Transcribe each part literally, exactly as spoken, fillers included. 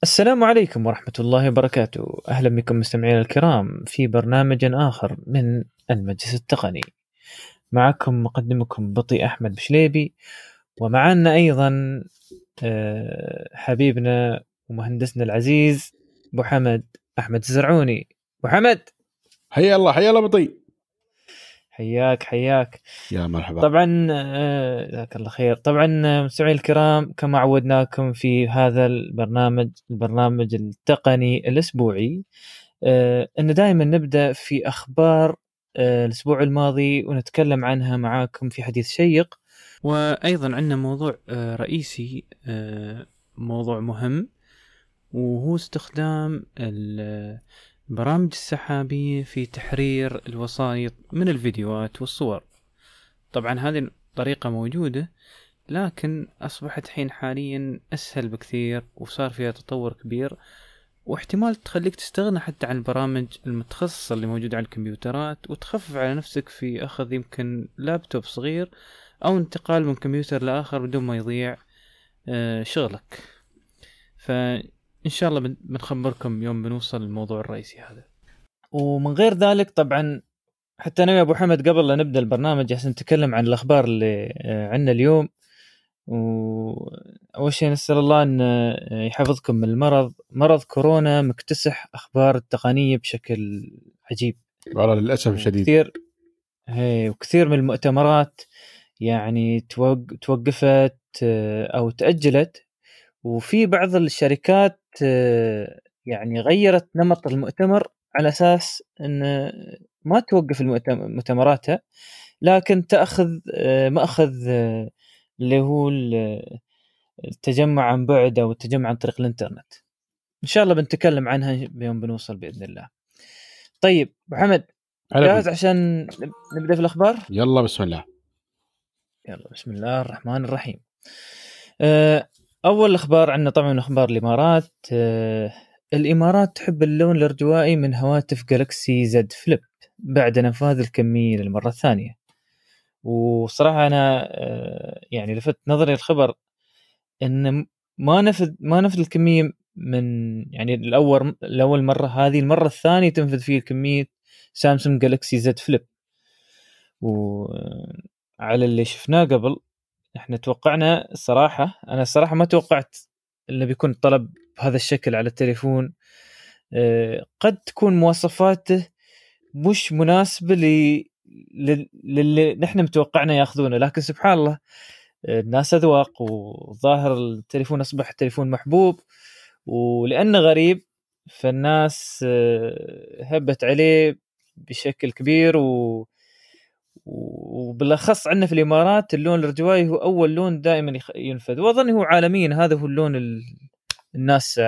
السلام عليكم ورحمة الله وبركاته. أهلا بكم مستمعينا الكرام في برنامج آخر من المجلس التقني. معكم مقدمكم بطي أحمد بشليبي، ومعنا أيضا حبيبنا ومهندسنا العزيز أبو حمد أحمد الزرعوني. أبو حمد حيا الله حيا الله بطي. حياك حياك يا مرحبا. طبعا جزاك الله خير. طبعا مستمعينا الكرام، كما عودناكم في هذا البرنامج البرنامج التقني الأسبوعي، أن دائما نبدأ في أخبار الأسبوع الماضي ونتكلم عنها معاكم في حديث شيق. وأيضا عندنا موضوع رئيسي، موضوع مهم، وهو استخدام البرامج السحابية في تحرير الوسائط من الفيديوهات والصور. طبعا هذه الطريقة موجودة، لكن أصبحت حين حاليا أسهل بكثير وصار فيها تطور كبير، واحتمال تخليك تستغنى حتى عن البرامج المتخصصة اللي موجودة على الكمبيوترات، وتخفف على نفسك في أخذ يمكن لابتوب صغير أو انتقال من كمبيوتر لآخر بدون ما يضيع شغلك. فإن شاء الله بنخبركم يوم بنوصل للموضوع الرئيسي هذا. ومن غير ذلك طبعا حتى أنا يا أبو حمد قبل لا نبدأ البرنامج عشان نتكلم عن الأخبار اللي عندنا اليوم، وأول شيء نسأل الله أن يحفظكم من المرض. مرض كورونا مكتسح أخبار التقنية بشكل عجيب والله للأسف الشديد. كثير هي وكثير من المؤتمرات يعني توقفت أو تأجلت، وفي بعض الشركات يعني غيرت نمط المؤتمر على أساس أن ما توقف مؤتمراتها، لكن تأخذ مأخذ اللي هو التجمع عن بعد أو التجمع عن طريق الإنترنت. إن شاء الله بنتكلم عنها بيوم بنوصل بإذن الله. طيب محمد، جاهز عشان نبدأ في الأخبار؟ يلا بسم الله. يلا بسم الله الرحمن الرحيم. أول أخبار عندنا طبعا أخبار الإمارات. الإمارات تحب اللون الارجوائي من هواتف جالكسي زد فليب بعد نفاذ الكمية للمرة الثانية. وصراحة أنا يعني لفت نظري الخبر إن ما نفذ ما نفذ الكمية من يعني الأول الأول مرة، هذه المرة الثانية تنفذ فيه كمية سامسونج جالكسي زد فليب. وعلى اللي شفناه قبل احنا توقعنا الصراحة، أنا الصراحة ما توقعت إنه بيكون طلب بهذا الشكل على التليفون. قد تكون مواصفاته مش مناسبة للي نحن متوقعنا ياخذونه، لكن سبحان الله الناس أذواق، وظاهر التليفون أصبح تليفون محبوب، ولأنه غريب فالناس هبت عليه بشكل كبير. و وبالأخص عندنا في الإمارات اللون الارجوائي هو أول لون دائما ينفذ، وأظن هو عالميا هذا هو اللون ال... الناس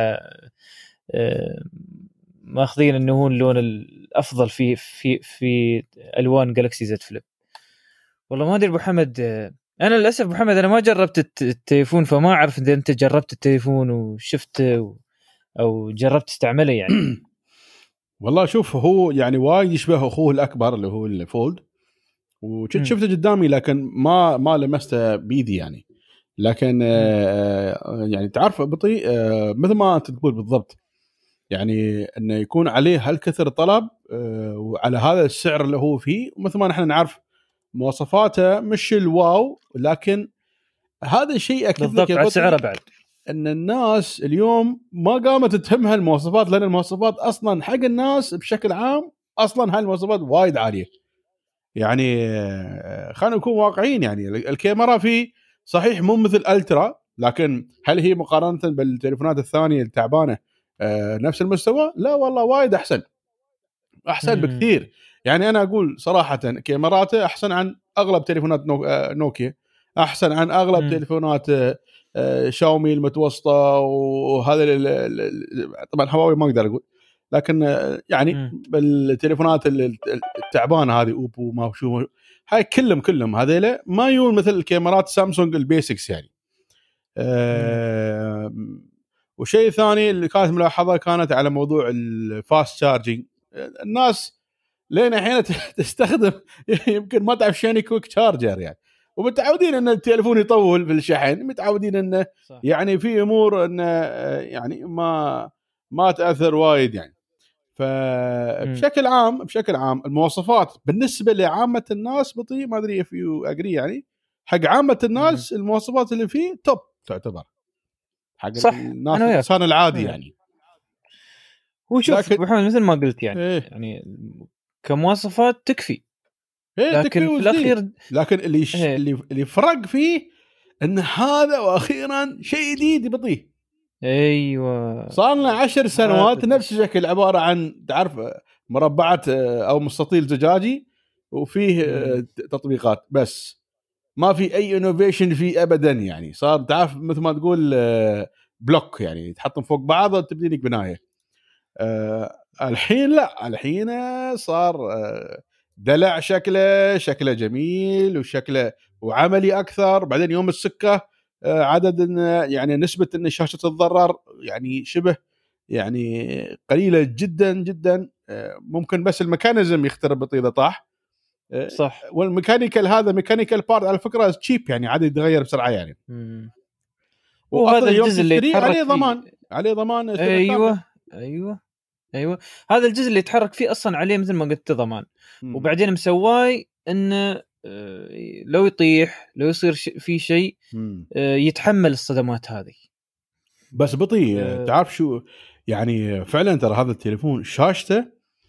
ماخذين انه هو اللون الافضل في في في الوان جالكسي زد فليب. والله ما ادري ابو حمد، انا للاسف ابو حمد انا ما جربت التليفون، فما اعرف اذا انت جربت التليفون وشفته او جربت تستعمله يعني. والله شوف، هو يعني وايد يشبه اخوه الاكبر اللي هو الفولد، وكنت شفته قدامي لكن ما ما لمسته بيدي يعني. لكن آه يعني تعرف بطيء، آه مثل ما انت تقول بالضبط، يعني انه يكون عليه هالكثر طلب آه وعلى هذا السعر اللي هو فيه، ومثل ما نحن نعرف مواصفاته مش الواو، لكن هذا الشيء اكيد لك على سعره بعد ان الناس اليوم ما قامت تتهمها المواصفات، لان المواصفات اصلا حق الناس بشكل عام اصلا هالمواصفات وايد عاليه. يعني خلينا نكون واقعيين، يعني الكاميرا فيه صحيح مو مثل الترا، لكن هل هي مقارنه بالتليفونات الثانيه التعبانه نفس المستوى؟ لا والله وايد احسن احسن بكثير. يعني انا اقول صراحه كاميراته احسن عن اغلب تليفونات نوكيا، احسن عن اغلب م. تليفونات شاومي المتوسطه، وهذا طبعا هواوي ما اقدر اقول، لكن يعني م. بالتليفونات التعبانه هذه اوبو ما شو هاي كلهم كلهم هذيله ما يقول مثل الكاميرات سامسونج البيسكس يعني. أه وشيء ثاني اللي كانت ملاحظه كانت على موضوع الفاست شارجينج. الناس لين الحين تستخدم يمكن ما تعرف شنو كويك شارجر يعني، ومتعودين ان التليفون يطول في الشحن، متعودين انه صح. يعني في امور انه يعني ما ما تاثر وايد يعني. فبشكل عام بشكل عام المواصفات بالنسبه لعامه الناس بطيء، ما ادري if you agree يعني. حق عامه الناس المواصفات اللي فيه توب تعتبر، حق صح. الناس أنا وياك. الانسان العادي أنا يعني. هو شوف لكن أبو محمد مثل ما قلت يعني إيه. يعني كمواصفات تكفي، إيه لكن تكفي في وزيد. الأخير لكن اللي ش... إيه. اللي اللي فرق فيه ان هذا واخيرا شيء جديد بطيء. ايوه صار لنا عشر سنوات هذا نفس الشكل، عباره عن تعرف مربعات او مستطيل زجاجي وفيه مم. تطبيقات بس، ما في اي انوفيشن فيه ابدا يعني. صار تعرف مثل ما تقول بلوك يعني تحطهم فوق بعض وتبني لك بنايه. أه الحين لا، الحين صار دلع، شكله شكله جميل وشكله وعملي اكثر. بعدين يوم السكه عدد إن يعني نسبه ان شاشه تتضرر يعني شبه يعني قليله جدا جدا. ممكن بس الميكانيزم يخترب بطيء اذا طاح. صح. والميكانيكال هذا ميكانيكال بارت على فكره تشيب يعني عادي يتغير بسرعه يعني. مم. واصلا وهذا يوم الجزء اللي تشتري عليه يتحرك فيه. ضمان، عليه ضمان سنه ايوه كامله. ايوه ايوه هذا الجزء اللي يتحرك فيه اصلا عليه مثل ما قلت ضمان. مم. وبعدين مسواي انه آه، لو يطيح لو يصير ش- في شيء مم. آه، يتحمل الصدمات هذه. بس بطيء أه تعرف شو يعني فعلا ترى هذا التليفون شاشته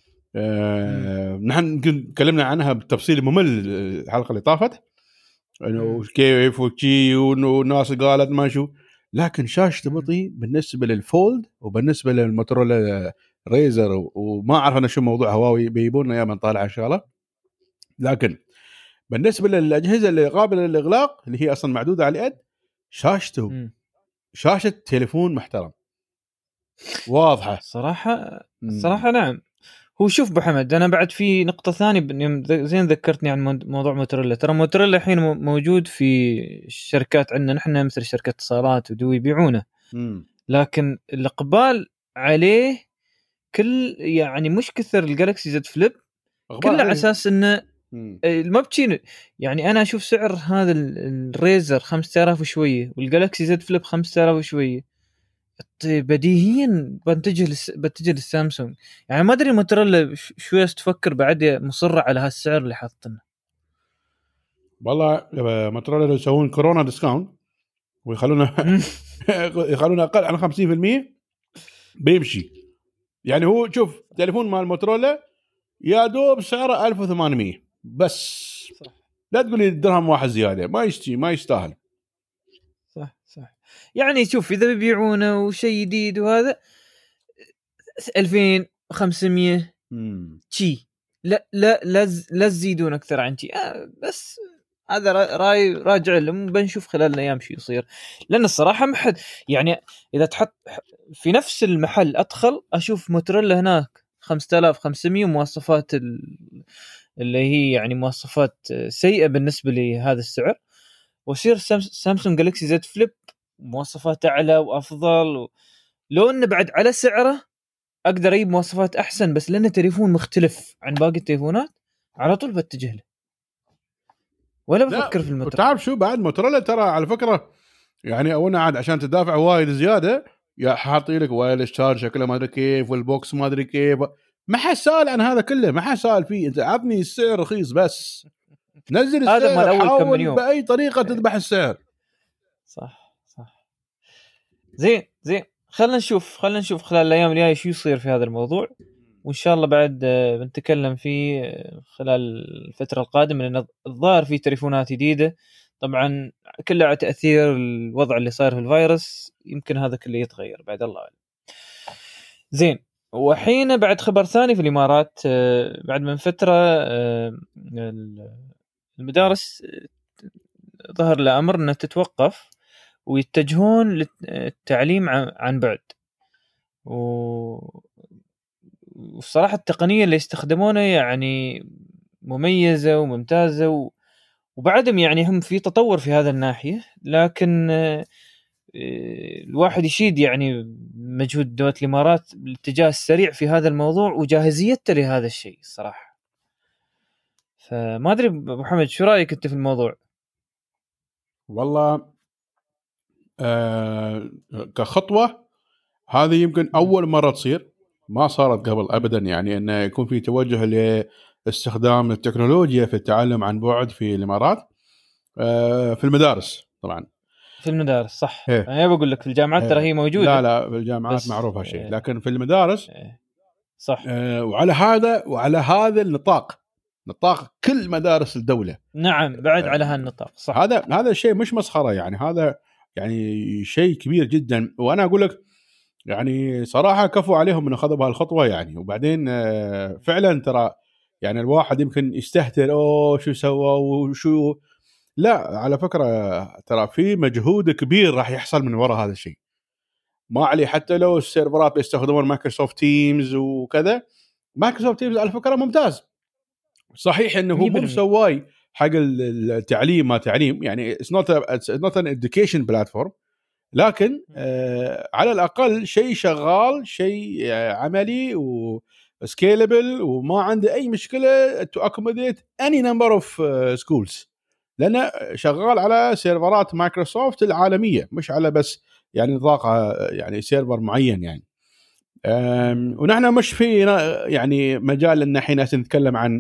أه نحن تكلمنا عنها بالتفصيل ممل الحلقه اللي طافت انه كيف وشي والناس قالت ما شو، لكن شاشته بطيء بالنسبه للفولد وبالنسبه للموتورولا ريزر. وما اعرف انا شو موضوع هواوي بيجيبوننا يا من طالع ان شاء الله. لكن بالنسبه للاجهزه اللي قابله للاغلاق اللي هي اصلا معدوده على اليد، شاشته مم. شاشه تليفون محترم واضحه صراحه صراحه نعم. هو شوف ابو حمد، انا بعد في نقطه ثانيه زين ذكرتني عن موضوع موتوريلا. ترى موتوريلا الحين موجود في الشركات عندنا نحن مثل شركه اتصالات ودوي يبيعونه، لكن الاقبال عليه كل يعني مش كثر الجالكسي زد فليب كله على اساس انه ما بتشين. يعني انا اشوف سعر هذا الريزر خمسة آلاف وشويه والجالكسي زد فليب خمسة آلاف وشويه، بديهيا بنتجه لس... بتجه للسامسونج. يعني ما ادري موتوريلا شويه تفكر بعد مصره على هالسعر اللي حاطينه. والله موتوريلا يسوون كورونا ديسكاونت ويخلونا يخلونا اقل عن خمسين بالمية بيمشي. يعني هو شوف تليفون مال موتوريلا يا دوب سعره ألف وثمانمية بس. صح. لا تقول لي درهم واحد زياده، ما يشتي ما يستاهل. صح صح. يعني شوف اذا بيبيعونه وشيء جديد وهذا ألفين وخمسمية شي لا لا لا لا تزيدون اكثر عن شي. آه بس هذا راي راجع لهم، بنشوف خلال الايام شو يصير. لان الصراحه ما حد يعني اذا تحط في نفس المحل ادخل اشوف موتوريلا هناك خمسة آلاف وخمسمية مواصفات اللي هي يعني مواصفات سيئه بالنسبه لهذا السعر، ويصير سامسونج جالكسي زد فليب مواصفات اعلى وافضل و... لو انه بعد على سعره اقدر اجيب مواصفات احسن، بس لانه تليفون مختلف عن باقي التليفونات على طول بتجه له ولا بفكر في الموتور. تعرف شو بعد موتوريلا ترى على فكره يعني اولا عاد عشان تدافع وايد زياده يا حاطين لك وايرلس شارج شكله ما ادري كيف والبوكس ما ادري كيف. ما حد سال عن هذا كله، ما حد سال فيه. انت عطني السعر رخيص بس، نزل السعر. هذا مال اول كم من يوم باي طريقه تذبح السعر. صح صح. زين زين خلينا نشوف خلينا نشوف خلال الايام الجايه شو يصير في هذا الموضوع، وان شاء الله بعد بنتكلم فيه خلال الفتره القادمه، لان الظاهر في تليفونات جديده طبعا كلها على تاثير الوضع اللي صاير في الفيروس، يمكن هذا كله يتغير بعد الله أعلم. زين وحين بعد خبر ثاني في الامارات، بعد من فتره المدارس ظهر له امر انها تتوقف ويتجهون للتعليم عن بعد. و والصراحة التقنية اللي يستخدمونها يعني مميزة وممتازة و... وبعدهم يعني هم في تطور في هذا الناحية، لكن الواحد يشيد يعني مجهود دولة الإمارات بالاتجاه السريع في هذا الموضوع وجاهزيته لهذا الشيء الصراحة. فما أدري أبو محمد شو رأيك أنت في الموضوع؟ والله آه كخطوه هذه يمكن اول مره تصير، ما صارت قبل ابدا، يعني انه يكون في توجه لاستخدام التكنولوجيا في التعلم عن بعد في الامارات آه في المدارس. طبعا في المدارس صح، إيه. انا بقول لك في الجامعات إيه. ترى هي موجوده. لا لا في الجامعات معروف هالشيء، إيه. لكن في المدارس إيه. صح. آه وعلى هذا وعلى هذا النطاق، نطاق كل مدارس الدوله. نعم بعد آه على هالنطاق صح. هذا هذا الشيء مش مسخره، يعني هذا يعني شيء كبير جدا. وانا اقول لك يعني صراحه كفو عليهم انه اخذوا بهالخطوه يعني. وبعدين آه فعلا ترى يعني الواحد يمكن يستهتر اوه شو سوى وشو، لا على فكره ترى في مجهود كبير راح يحصل من وراء هذا الشيء. ما عليه حتى لو السيرفرات بيستخدمون مايكروسوفت تيمز وكذا، مايكروسوفت تيمز على فكره ممتاز. صحيح انه هو مو سواي حق التعليم ما تعليم، يعني اتس نوت اتس نوت ان اديوكيشن بلاتفورم، لكن آه على الاقل شيء شغال، شيء عملي وسكيلبل وما عنده اي مشكله تو اكوموديت اني نمبر اوف سكولز، لانه شغال على سيرفرات مايكروسوفت العالميه، مش على بس يعني نطاق يعني سيرفر معين يعني. ونحن مش في يعني مجال ان الحين نتكلم عن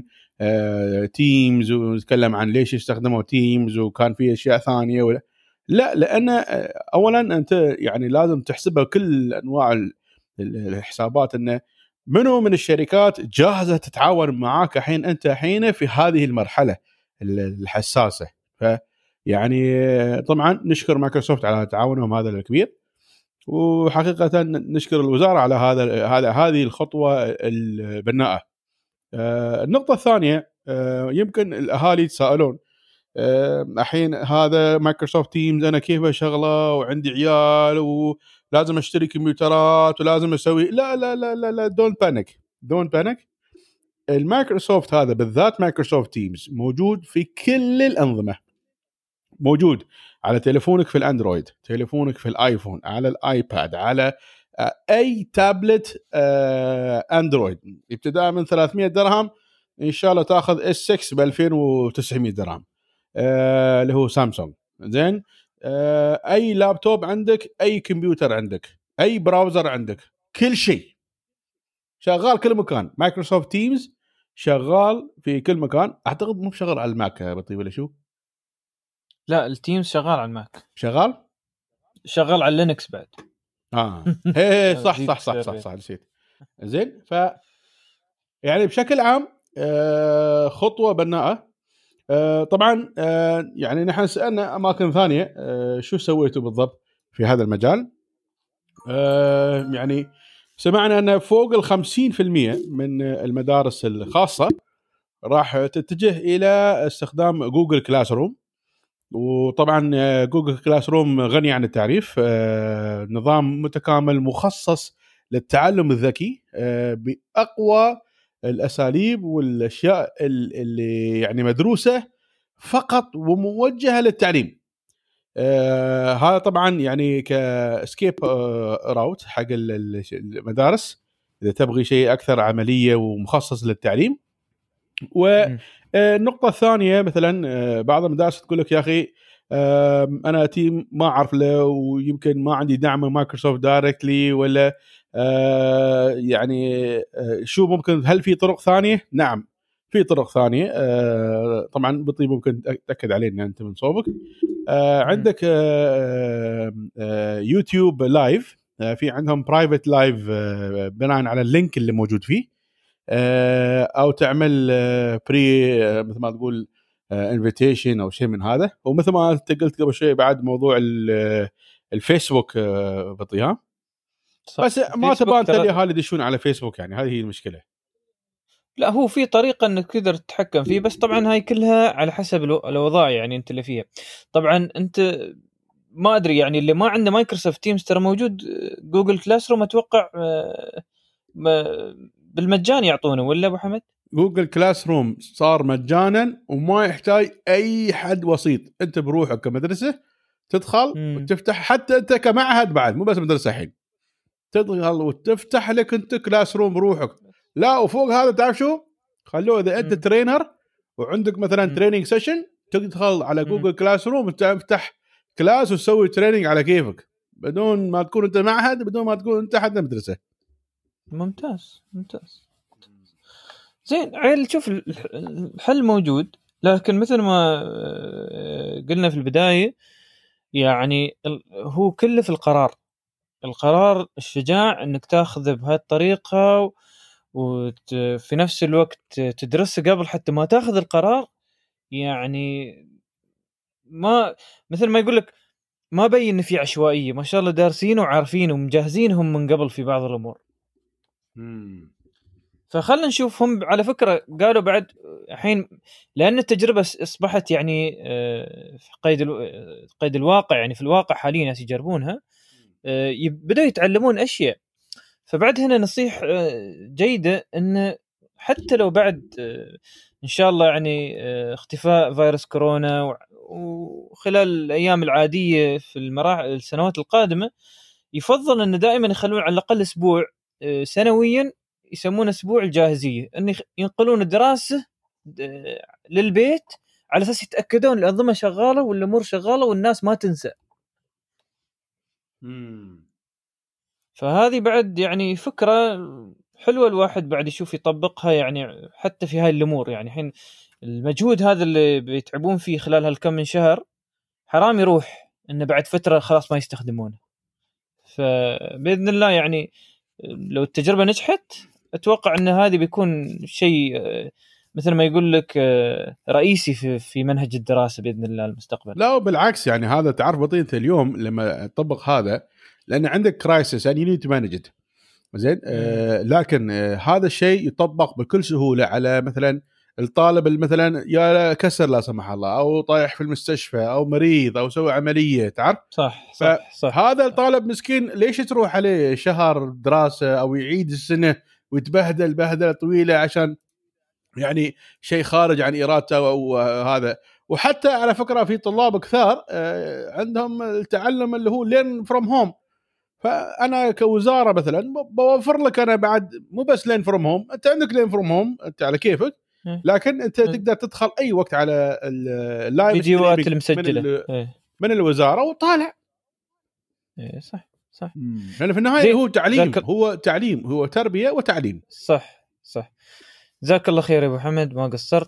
تيمز ونتكلم عن ليش يستخدموا تيمز وكان في اشياء ثانيه ولا لا، لان اولا انت يعني لازم تحسبها كل انواع الحسابات، انه منو من الشركات جاهزه تتعاون معاك الحين انت الحين في هذه المرحله الحساسه. فيعني طبعا نشكر مايكروسوفت على تعاونهم هذا الكبير، وحقيقه نشكر الوزاره على هذا هذا هذه الخطوه البناءه. آه النقطه الثانيه آه يمكن الاهالي يتساءلون الحين آه هذا مايكروسوفت تيمز انا كيف اشغله وعندي عيال ولازم اشتري كمبيوترات ولازم اسوي، لا لا لا لا لا دونت بانيك دونت بانيك. المايكروسوفت هذا بالذات مايكروسوفت تيمز موجود في كل الانظمه، موجود على تليفونك في الاندرويد، تليفونك في الايفون، على الايباد، على اي تابلت اندرويد، ابتداء من ثلاثمية درهم ان شاء الله تاخذ اس ستة ب ألفين وتسعمية درهم اللي هو سامسونج. زين اي لابتوب عندك، اي كمبيوتر عندك، اي براوزر عندك، كل شيء شغال كل مكان. مايكروسوفت تيمز شغال في كل مكان. اعتقد مو شغال على الماك بطيء ولا شو؟ لا التيمز شغال على الماك، شغال شغال على لينكس بعد. اه هي صح صح صح صح صح نسيت. زين ف يعني بشكل عام آه خطوه بناءه. آه طبعا آه يعني نحن سالنا اماكن ثانيه آه شو سويتوا بالضبط في هذا المجال. آه يعني سمعنا ان فوق الخمسين في المية من المدارس الخاصه راح تتجه الى استخدام جوجل كلاس روم. وطبعا جوجل كلاس روم غني عن التعريف، نظام متكامل مخصص للتعلم الذكي بأقوى الأساليب والأشياء اللي يعني مدروسة فقط وموجهة للتعليم. هذا طبعا يعني كاسكيب راوت حق المدارس إذا تبغي شيء أكثر عملية ومخصص للتعليم. والنقطة الثانية مثلا بعض المدارس تقول لك يا أخي أنا تيم ما أعرف له ويمكن ما عندي دعم من مايكروسوفت دايركتلي ولا يعني شو ممكن، هل في طرق ثانية؟ نعم في طرق ثانية. طبعا بطيب ممكن تأكد علينا أنت من صوبك. عندك يوتيوب لايف، في عندهم برايفت لايف بناء على اللينك اللي موجود فيه، او تعمل بري مثل ما تقول انفيتيشن او شيء من هذا. ومثل ما انت قلت قبل شوي بعد موضوع الفيسبوك بطيها، بس ما تبغى انت الاهالي يدشون على فيسبوك، يعني هذه هي المشكله. لا هو في طريقه انك تقدر تتحكم فيه، بس طبعا هاي كلها على حسب الوضع يعني انت اللي فيها. طبعا انت ما ادري يعني اللي ما عنده مايكروسوفت تيمز ترى موجود جوجل كلاس روم اتوقع بالمجان يعطونه ولا ابو حمد؟ جوجل كلاس روم صار مجانا وما يحتاج اي حد وسيط، انت بروحك كمدرسه تدخل مم. وتفتح، حتى انت كمعهد بعد مو بس مدرسه الحين تدخل وتفتح لك انت كلاس روم بروحك. لا وفوق هذا تعرف شو خلوه اذا انت مم. ترينر وعندك مثلا مم. تريننج سيشن تدخل على جوجل كلاس روم تفتح كلاس وتسوي تريننج على كيفك بدون ما تكون انت معهد، بدون ما تكون انت حد مدرسه. ممتاز ممتاز زين. عيل شوف الحل موجود، لكن مثل ما قلنا في البدايه يعني هو كله في القرار. القرار الشجاع انك تاخذه بهالطريقه وفي نفس الوقت تدرسه قبل حتى ما تاخذ القرار. يعني ما مثل ما يقول لك ما بين في عشوائيه، ما شاء الله دارسين وعارفين ومجهزينهم من قبل في بعض الامور. مم. فخلنا نشوف هم على فكره قالوا بعد الحين لان التجربه اصبحت يعني في قيد قيد الواقع، يعني في الواقع حاليا ناس يجربونها بدأوا يتعلمون اشياء. فبعد هنا نصيحة جيدة ان حتى لو بعد ان شاء الله يعني اختفاء فيروس كورونا وخلال الايام العادية في المراحل السنوات القادمة، يفضل ان دائما يخلون على الاقل اسبوع سنويا يسمونه اسبوع الجاهزية، ان ينقلون الدراسة للبيت على اساس يتاكدون الانظمة شغالة والامور شغالة والناس ما تنسى. مم. فهذه بعد يعني فكرة حلوة الواحد بعد يشوف يطبقها، يعني حتى في هاي الأمور. يعني حين المجهود هذا اللي بيتعبون فيه خلال هالكم من شهر حرام يروح إنه بعد فترة خلاص ما يستخدمونه. فبإذن الله يعني لو التجربة نجحت أتوقع أن هذه بيكون شيء مثل ما يقول لك رئيسي في في منهج الدراسة بإذن الله المستقبل. لا بالعكس، يعني هذا تعرف بطيء اليوم لما تطبق هذا، لأن عندك كرايسيس يعني ينيد مانجد زين. آه لكن آه هذا الشيء يطبق بكل سهولة على مثلا الطالب مثلا يا كسر لا سمح الله أو طايح في المستشفى أو مريض أو سوى عملية، تعرف صح صح صح. هذا الطالب مسكين ليش تروح عليه شهر دراسة أو يعيد السنة ويتبهدل بهدلة طويلة عشان يعني شيء خارج عن إرادته أو هذا. وحتى على فكرة في طلاب كثار عندهم التعلم اللي هو لين فروم هوم، فأنا كوزارة مثلا بوفر لك أنا بعد مو بس لين فروم هوم، أنت عندك لين فروم هوم أنت على كيفك، لكن أنت تقدر تدخل أي وقت على اللايف فيديوهات المسجلة من, من الوزارة وطالع. إيه صح صح. لأن في النهاية هو تعليم ذاك... هو تعليم هو تربية وتعليم. صح صح. جزاك الله خير يا أبو حمد ما قصرت.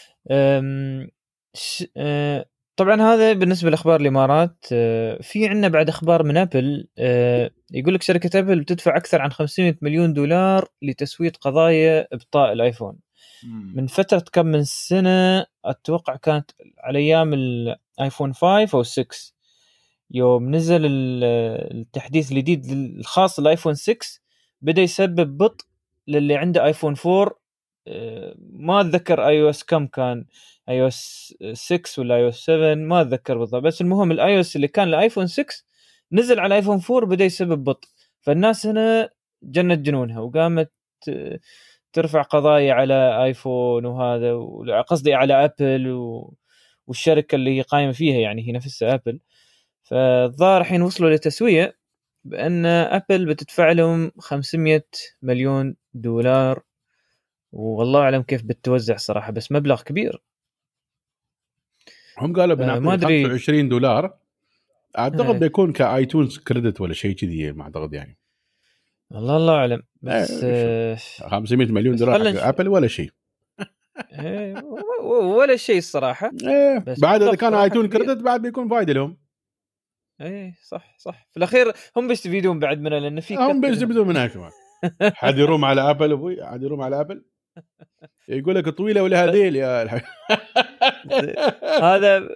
ش... أه... طبعا هذا بالنسبة لأخبار الإمارات. أه... في عنا بعد أخبار من أبل. أه... يقول لك شركة أبل بتدفع أكثر عن خمسمائة مليون دولار لتسوية قضايا إبطاء الآيفون. مم. من فترة كم من سنة أتوقع كانت على أيام الآيفون خمسة أو ستة، يوم نزل التحديث الجديد الخاص بالآيفون ستة بدأ يسبب بطء للي عنده آيفون أربعة. ما أتذكر آي أو إس كم كان، آي أو إس ستة ولا آي أو إس سبعة ما أتذكر بالضبط، بس المهم الآي أو إس اللي كان الآيفون ستة نزل على آيفون أربعة بدأ يسبب بطء. فالناس هنا جنت جنونها وقامت ترفع قضايا على آيفون وهذا، قصدي على أبل والشركة اللي هي قائمة فيها يعني هي نفسها أبل. فالظاهر حين وصلوا لتسوية بأن أبل بتدفع لهم خمسمائة مليون دولار، والله أعلم كيف بتوزع صراحة، بس مبلغ كبير. هم قالوا بنعطي خمسة وعشرين دولار أعتقد اه. بيكون كآيتونز كريدت ولا شيء كذي ما أعتقد يعني، والله الله أعلم. بس اه خمسمائة مليون دولار أبل ولا شيء ولا شيء الصراحة. اه. بس بعد إذا كان آيتون كريدت بعد بيكون فايدة لهم. ايه صح صح. في الاخير هم بيستفيدون بعد منها لان في هم بيستفيدون منها كمان. حد يروم على ابل ابوي، حد يروم على ابل يقول لك طويله ولا هذيل يا الحي. هذا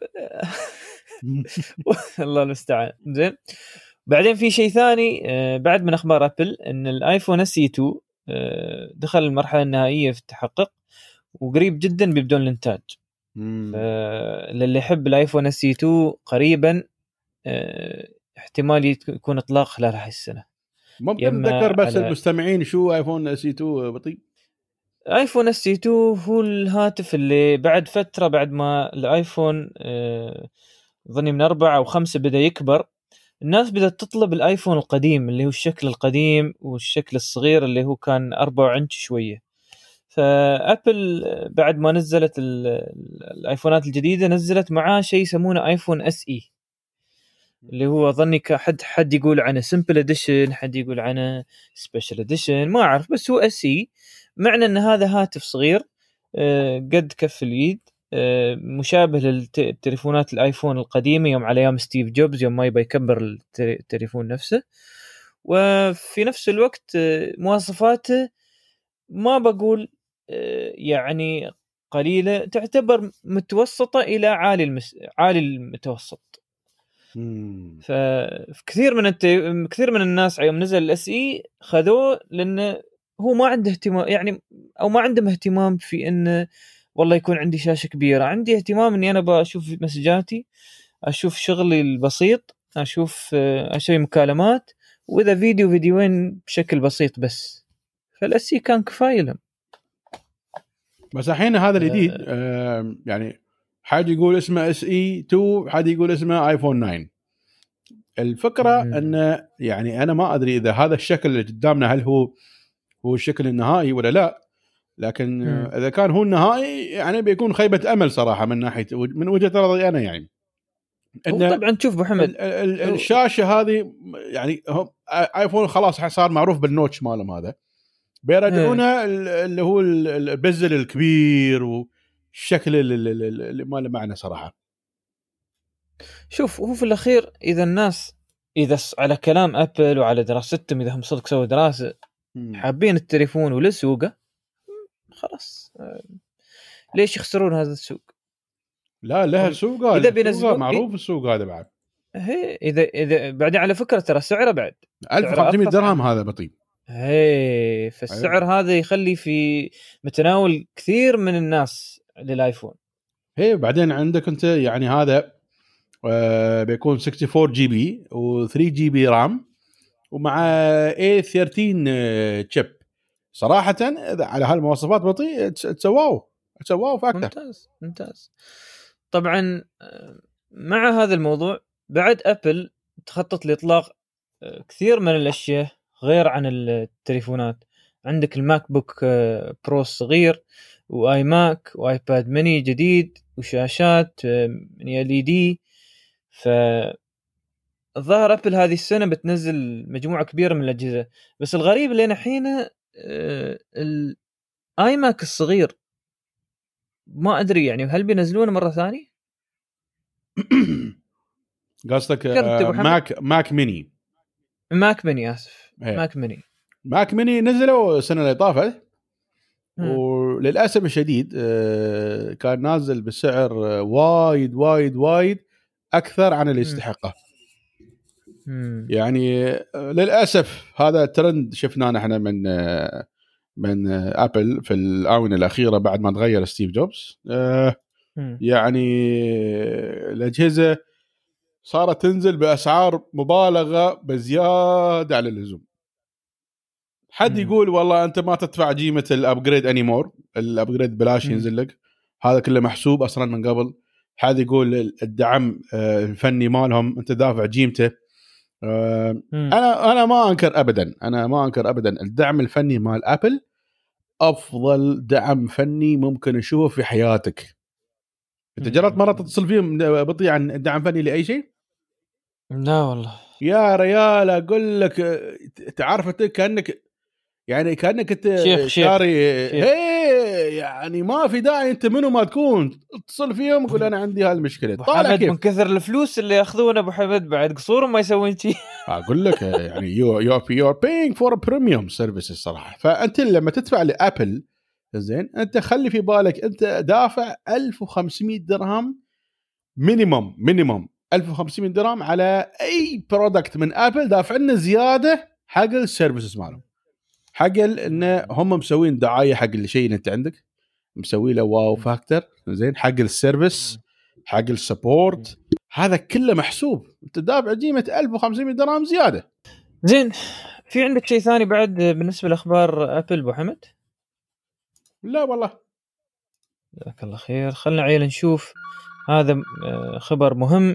الله المستعان. زين بعدين في شيء ثاني بعد من اخبار ابل ان الايفون اس اي اثنين دخل المرحله النهائيه في التحقق وقريب جدا بيبدون الانتاج. للي يحب الايفون اس اي اثنين قريبا اه احتمال يكون اطلاق خلال هاي السنه. ممكن نذكر بس المستمعين شو ايفون اس اي اثنين بطيء. ايفون اس اي اثنين هو الهاتف اللي بعد فتره بعد ما الايفون اه ظني من أربعة أو خمسة بدأ يكبر، الناس بدأت تطلب الايفون القديم اللي هو الشكل القديم والشكل الصغير اللي هو كان أربعة انش شويه. فابل بعد ما نزلت الايفونات الجديده نزلت معاه شيء يسمونه ايفون اس اي، اللي هو ظني حد حد يقول عنه سمبل اديشن، حد يقول عنه سبيشال اديشن، ما اعرف، بس هو اس اي. معنى ان هذا هاتف صغير قد كف اليد، مشابه للتليفونات الايفون القديمه يوم على ايام ستيف جوبز، يوم ما يبغى يكبر التليفون نفسه. وفي نفس الوقت مواصفاته ما بقول يعني قليله، تعتبر متوسطه الى عالي المس... عالي المتوسط. فكثير من الت... كثير من الناس يوم نزل الاس اي خذوه لانه هو ما عنده اهتمام، يعني او ما عندهم اهتمام في انه والله يكون عندي شاشه كبيره. عندي اهتمام اني انا بشوف مسجاتي، اشوف شغلي البسيط، اشوف اسوي مكالمات، واذا فيديو فيديوين بشكل بسيط بس. فالاس اي كان كفايه لهم. بس الحين هذا الجديد آه يعني حد يقول اسمه اس اي اثنين، حد يقول اسمه ايفون تسعة. الفكره ان يعني انا ما ادري اذا هذا الشكل اللي قدامنا هل هو هو الشكل النهائي ولا لا، لكن مم. اذا كان هو النهائي يعني بيكون خيبه امل صراحه من ناحيه من وجهه نظري انا. يعني طبعا تشوف محمد ال ال الشاشه هذه يعني ايفون خلاص صار معروف بالنوتش مالهم، هذا بيرجعونه اللي هو البزل الكبير والشكل اللي ما له معنى صراحه. شوف هو في الاخير اذا الناس اذا على كلام ابل وعلى دراستهم، اذا هم صدق سووا دراسه حابين التليفون ولسوقه، خلاص ليش يخسرون هذا السوق؟ لا له سوق، اذا بينزلون معروف السوق هذا بعد. هي اذا اذا بعدين على فكره ترى سعره بعد ألف وخمسمية درهم هذا بطيء. هي فالسعر أيوة. هذا يخلي في متناول كثير من الناس للايفون. هي بعدين عندك انت يعني هذا آه بيكون أربعة وستين جي بي و3 جي بي رام ومع إيه ثلاثة عشر تشيب. صراحه على هالمواصفات بطيء تسواو تسواو فاكتور. ممتاز ممتاز. طبعا مع هذا الموضوع بعد ابل تخطط لاطلاق كثير من الاشياء غير عن التليفونات. عندك الماك بوك برو الصغير، واي ماك، وايباد ميني جديد، وشاشات من ال اي دي. فالظاهر ابل هذه السنه بتنزل مجموعه كبيره من الاجهزه. بس الغريب اللي انا حين الاي ماك الصغير ما ادري يعني هل بينزلونه مره ثانيه. قصدك ماك ماك ميني ماك ميني اسف هي. ماك ميني ماك ميني نزلوا السنه اللي طافت، وللاسف الشديد كان نازل بسعر وايد وايد وايد اكثر عن اللي يستحقه. يعني للاسف هذا ترند شفناه نحن من من ابل في الاونه الاخيره بعد ما تغير ستيف جوبز. يعني الاجهزه صارت تنزل باسعار مبالغه بزياده على اللزوم. حد يقول والله انت ما تدفع قيمه الابجريد اني مور، الابجريد بلاش ينزل لك، هذا كله محسوب اصلا من قبل. حد يقول الدعم الفني مالهم انت دافع قيمته. انا انا ما انكر ابدا انا ما انكر ابدا الدعم الفني مال ابل افضل دعم فني ممكن نشوفه في حياتك. انت جربت مره تتصل فيهم بطيء عن الدعم الفني لاي شيء؟ لا والله يا ريال اقول لك تعرف انت كانك يعني كانك انت شاري هي يعني ما في داعي انت منو ما تكون اتصل فيهم يقول انا عندي هالمشكله. طالع كيف من كثر الفلوس اللي ياخذونه ابو حمد بعد قصورهم ما يسوون شيء. اقول لك يعني يو يو يو paying for premium services الصراحه. فانت لما تدفع لابل زين انت خلي في بالك انت دافع ألف وخمسمية درهم مينيمم مينيمم ألف وخمسمية درهم على اي برودكت من ابل، دافع لنا زياده حق السيرفيسز مالهم، حق ان هم مسوين دعايه حق الشيء اللي انت عندك، مسوي له واو فاكتور زين، حق السيرفيس حق السبورت، هذا كله محسوب. انت دافع قيمه ألف وخمسمية درهم زياده. زين في عندك شيء ثاني بعد بالنسبه لاخبار ابل ابو حمد؟ لا والله جزاك الله خير. خلنا عيل نشوف هذا خبر مهم،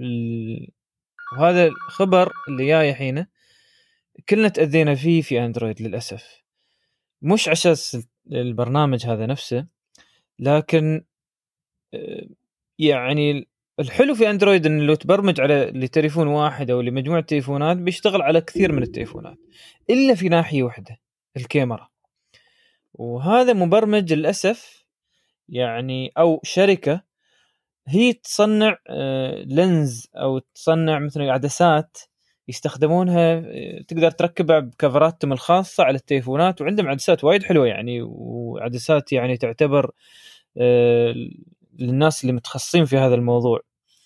وهذا الخبر اللي جاي حينه كلنا تأذينا فيه في اندرويد للاسف. مش عشان البرنامج هذا نفسه، لكن يعني الحلو في اندرويد انه لو تبرمج على لتليفون واحد او لمجموعه تليفونات بيشتغل على كثير من التليفونات، الا في ناحيه واحده الكاميرا. وهذا مبرمج للاسف يعني، او شركه هي تصنع لينز او تصنع مثلا عدسات يستخدمونها، تقدر تركبها بكفراتهم الخاصه على التليفونات، وعندهم عدسات وايد حلوه يعني، وعدسات يعني تعتبر للناس اللي متخصصين في هذا الموضوع.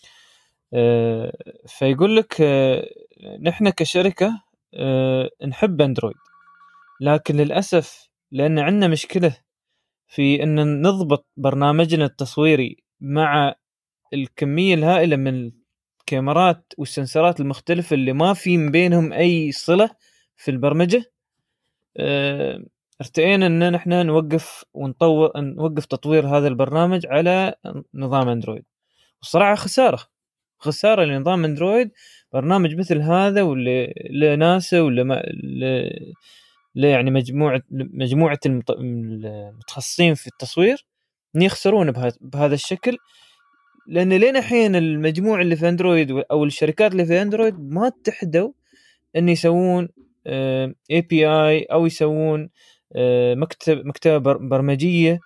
فيقول لك نحن كشركه نحب اندرويد، لكن للاسف لان عندنا مشكله في ان نضبط برنامجنا التصويري مع الكميه الهائله من الكاميرات والسنسرات المختلفه اللي ما في من بينهم اي صله في البرمجه. ارتئينا ان نحن نوقف ونطور نوقف تطوير هذا البرنامج على نظام اندرويد. والصراحه خساره خساره لنظام اندرويد برنامج مثل هذا، واللي لناسا ولا ما ل يعني مجموعه مجموعه المتخصصين في التصوير ان يخسرون بهذا الشكل، لان لين الحين المجموعه اللي في اندرويد او الشركات اللي في اندرويد ما اتحدوا ان يسوون اي بي اي او يسوون مكتب مكتبه برمجيه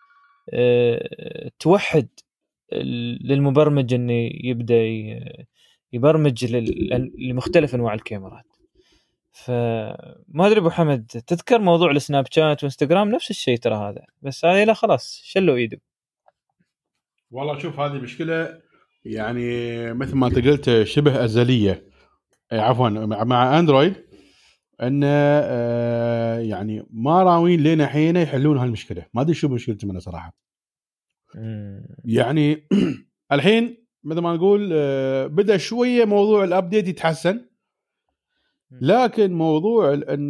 توحد للمبرمج انه يبدا يبرمج لمختلف انواع الكاميرات. فما ادري ابو حمد، تذكر موضوع السناب شات وانستغرام نفس الشيء ترى هذا، بس هذه لا خلاص شلوا ايده. والله شوف هذه مشكله يعني مثل ما انت قلت شبه ازليه، عفوا مع اندرويد، ان يعني ما راوين لنا حين يحلون هالمشكله. ما ادري شو مشكلتهم انا صراحه. يعني الحين مثل ما نقول بدا شويه موضوع الابديت يتحسن، لكن موضوع ان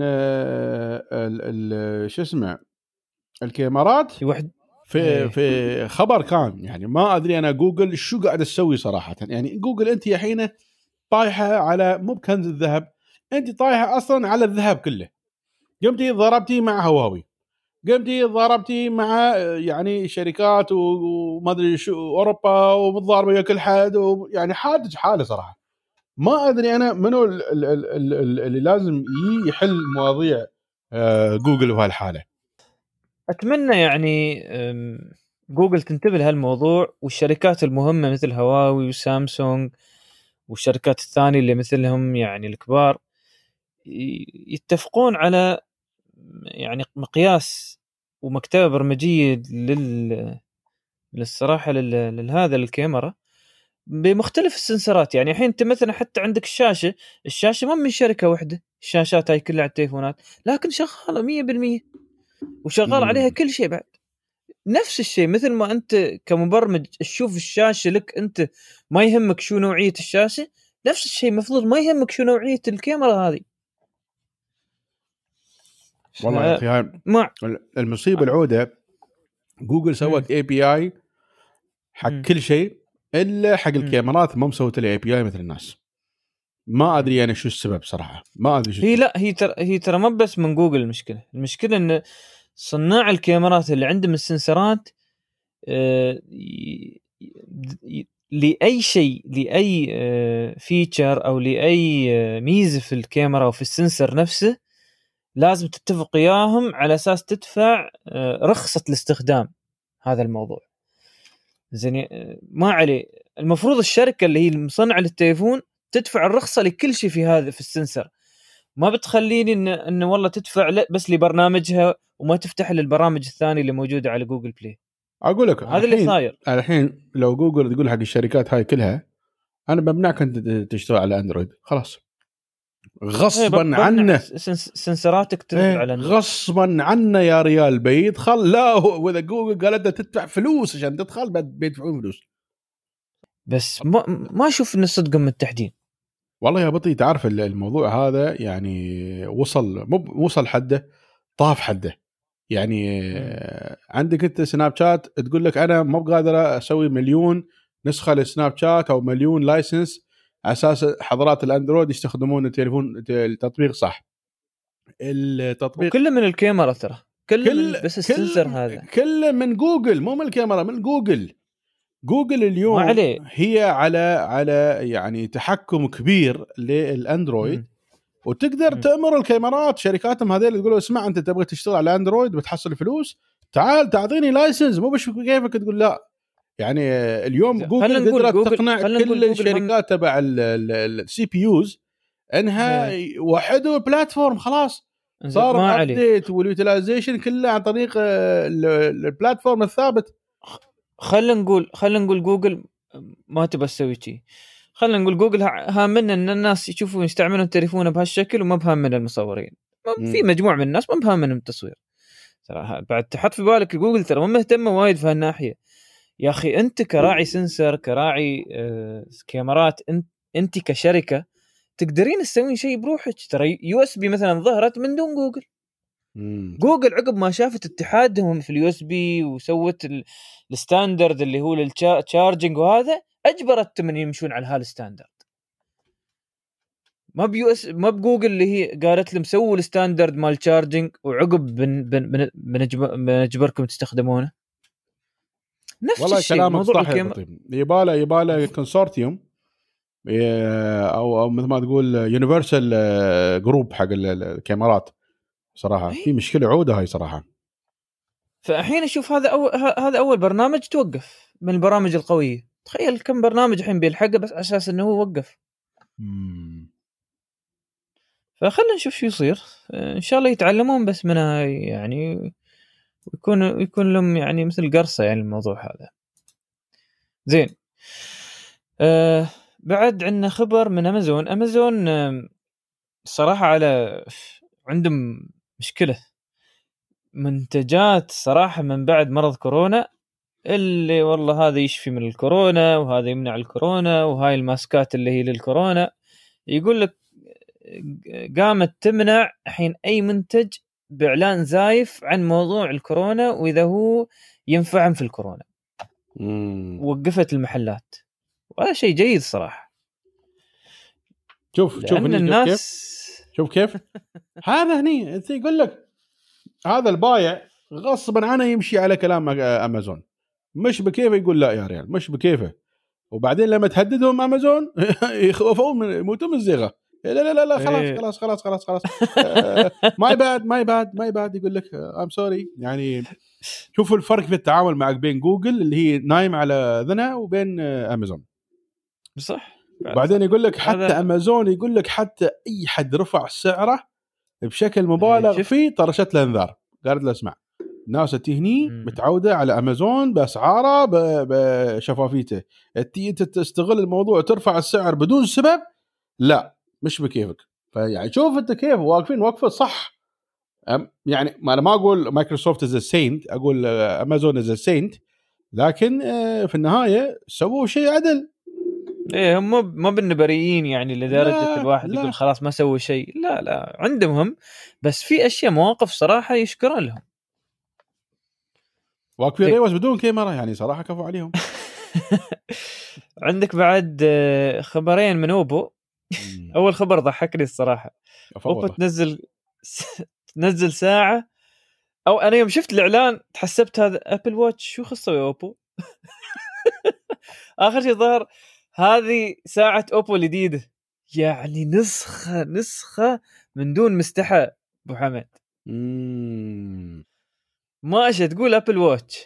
شو اسمه الكاميرات في في خبر كان يعني ما ادري انا جوجل شو قاعد تسوي صراحه. يعني جوجل انت يا حين طايحه على مو بكنز الذهب، انت طايحه اصلا على الذهب كله. قمتي ضربتي مع هواوي، قمتي ضربتي مع يعني شركات وما ادري شو اوروبا، ومتضاربه كل حد، ويعني حادث حاله صراحه. ما ادري انا منو اللي لازم يحل مواضيع جوجل بهالحاله. اتمنى يعني جوجل تنتبه لهالموضوع، والشركات المهمه مثل هواوي وسامسونج والشركات الثانيه اللي مثلهم يعني الكبار يتفقون على يعني مقياس ومكتبه برمجيه لل للصراحه لهذا الكاميرا بمختلف السنسرات. يعني الحين انت مثلا حتى عندك الشاشه الشاشه ما من شركه واحده، الشاشات هاي كلها على التليفونات لكن شغاله مية بالمية وشغال عليها كل شيء. بعد نفس الشيء مثل ما انت كمبرمج تشوف الشاشه لك انت ما يهمك شو نوعيه الشاشه، نفس الشيء مفروض ما يهمك شو نوعيه الكاميرا هذه. والله يا اخي ما... المصيبه العوده جوجل سوت اي بي اي حق م. كل شيء الا حق الكاميرات، ما مسوت الاي بي اي مثل الناس. ما ادري انا شو السبب صراحه، ما ادري شو هي لا هي ترى هي ترى ما بس من جوجل المشكله، المشكله ان صناع الكاميرات اللي عندهم السنسرات آه لاي شيء لاي آه فيتشر او لاي آه ميزه في الكاميرا وفي السنسر نفسه لازم تتفق اياهم على اساس تدفع آه رخصه الاستخدام. هذا الموضوع زين ما عليه، المفروض الشركه اللي هي مصنعه للتليفون تدفع الرخصه لكل شيء في هذا في السنسر، ما بتخليني ان انه والله تدفع لا بس لبرنامجها وما تفتح للبرامج الثانيه اللي موجوده على جوجل بلاي. اقول لك هذا اللي صاير الحين. لو جوجل تقول حق الشركات هاي كلها انا بمنعك انت تشتغل على اندرويد خلاص غصبا عنه، سنسراتك تنزل على اندرويد غصبا عنه يا ريال بيدخل. لا واذا جوجل قالت تدفع فلوس عشان تدخل بيدفعون فلوس. بس ما ما اشوف ان صدقهم متحدين. والله يا بطي تعرف الموضوع هذا يعني وصل مو وصل حده، طاف حده. يعني م. عندك انت سناب شات تقول لك انا مو قادر اسوي مليون نسخه للسناب شات او مليون لايسنس على اساس حضرات الاندرويد يستخدمون التليفون التطبيق صح. التطبيق كله من الكاميرا ترى كل, كل من بس السنسر هذا كل من جوجل، مو من الكاميرا، من جوجل. جوجل اليوم عليه. هي على على يعني تحكم كبير للاندرويد، م. وتقدر م. تأمر الكاميرات شركاتهم هذول تقول له اسمع انت تبغى تشتغل على اندرويد بتحصل فلوس، تعال تعطيني لايسنس، مو بش كيفك تقول لا. يعني اليوم جوجل قدرت جوجل تقنع كل الشركات تبع السي بي يوز انها يوحدوا البلاتفورم. خلاص صار الابديت واليوتيلايزيشن كله عن طريق البلاتفورم الثابت. خلينا نقول خلينا نقول جوجل ما تبى تسوي شيء، خلينا نقول جوجل هامنا ان الناس يشوفوا يستعملون تليفونه بهالشكل، وما بهامنا المصورين. في مجموعه من الناس ما بهامنا التصوير صراحه. بعد تحط في بالك جوجل ترى ما مهتمه وايد في هالناحيه. يا اخي انت كراعي سنسر، كراعي آه كاميرات، انت انت كشركه تقدرين تسوين شيء بروحك. ترى يو اس بي مثلا ظهرت من دون جوجل. مم. جوجل عقب ما شافت اتحادهم في اليو اس بي وسوت الستاندرد اللي هو للتشارجنج وهذا، اجبرت من يمشون على هالستاندرد. ما بيو اس ما بجوجل اللي هي قالت لهم سووا الستاندرد مال تشارجنج وعقب بن بن بنجبركم تستخدمونه. نفس والله الشيء كلامك موضوع صحيح. الكاميرا. يباله يباله كونسورتيوم او او مثل ما تقول يونيفرسال جروب حق الكاميرات. صراحه في مشكله عوده هاي صراحه. فالحين اشوف هذا أول هذا اول برنامج توقف من البرامج القويه. تخيل كم برنامج الحين بيلحقه بس اساس انه هو وقف. مم. فخلنا نشوف شو يصير. ان شاء الله يتعلمون بس منها يعني، ويكون يكون لهم يعني مثل قرصه يعني الموضوع هذا. زين. آه بعد عندنا خبر من امازون. امازون آه الصراحه على عندهم مشكله منتجات صراحه من بعد مرض كورونا، اللي والله هذا يشفي من الكورونا وهذا يمنع الكورونا وهاي الماسكات اللي هي للكورونا. يقول لك قامت تمنع الحين اي منتج باعلان زايف عن موضوع الكورونا واذا هو ينفعهم في الكورونا. مم. وقفت المحلات، وهذا شيء جيد صراحه. شوف شوف هني الناس شوف كيف شوف كيف هذا هني انت يقول لك هذا البايع غصبا عنه يمشي على كلام امازون، مش بكيفه يقول لا يا ريال، مش بكيفه. وبعدين لما تهددهم امازون يخوفون من يموتون من الزيغه. لا لا لا لا خلاص خلاص خلاص خلاص خلاص ماي باد ماي باد ماي باد يقول لك ام سوري. يعني شوفوا الفرق في التعامل معك بين جوجل اللي هي نايم على ذنا وبين امازون. صح. بعدين يقول لك حتى هذا... امازون يقول لك حتى اي حد رفع سعره بشكل مبالغ فيه طرشت له انذار، قالت له اسمع الناس تهني متعوده على امازون باسعاره بشفافيته، انت تستغل الموضوع ترفع السعر بدون سبب، لا مش بكيفك. فيعني شوف انت كيف واقفين وقفه صح. يعني ما انا ما اقول مايكروسوفت از سينت، اقول امازون از سينت، لكن في النهايه سووا شيء عدل. ايه هم ما بالنبريين يعني لدرجه الواحد لا. يقول خلاص ما سووا شيء. لا لا عندهم، بس في اشياء مواقف صراحه يشكرون لهم. واقفين ريوس بدون كاميرا يعني صراحه كفو عليهم. عندك بعد خبرين من اوبو. اول خبر ضحكني الصراحه. اوبو تنزل تنزل ساعه، او انا يوم شفت الاعلان تحسبت هذا ابل واتش، شو خصه يا اوبو. اخر شيء ظهر هذه ساعه اوبو الجديده، يعني نسخه نسخه من دون مستحى ابو حمد. امم ما ايش تقول ابل واتش.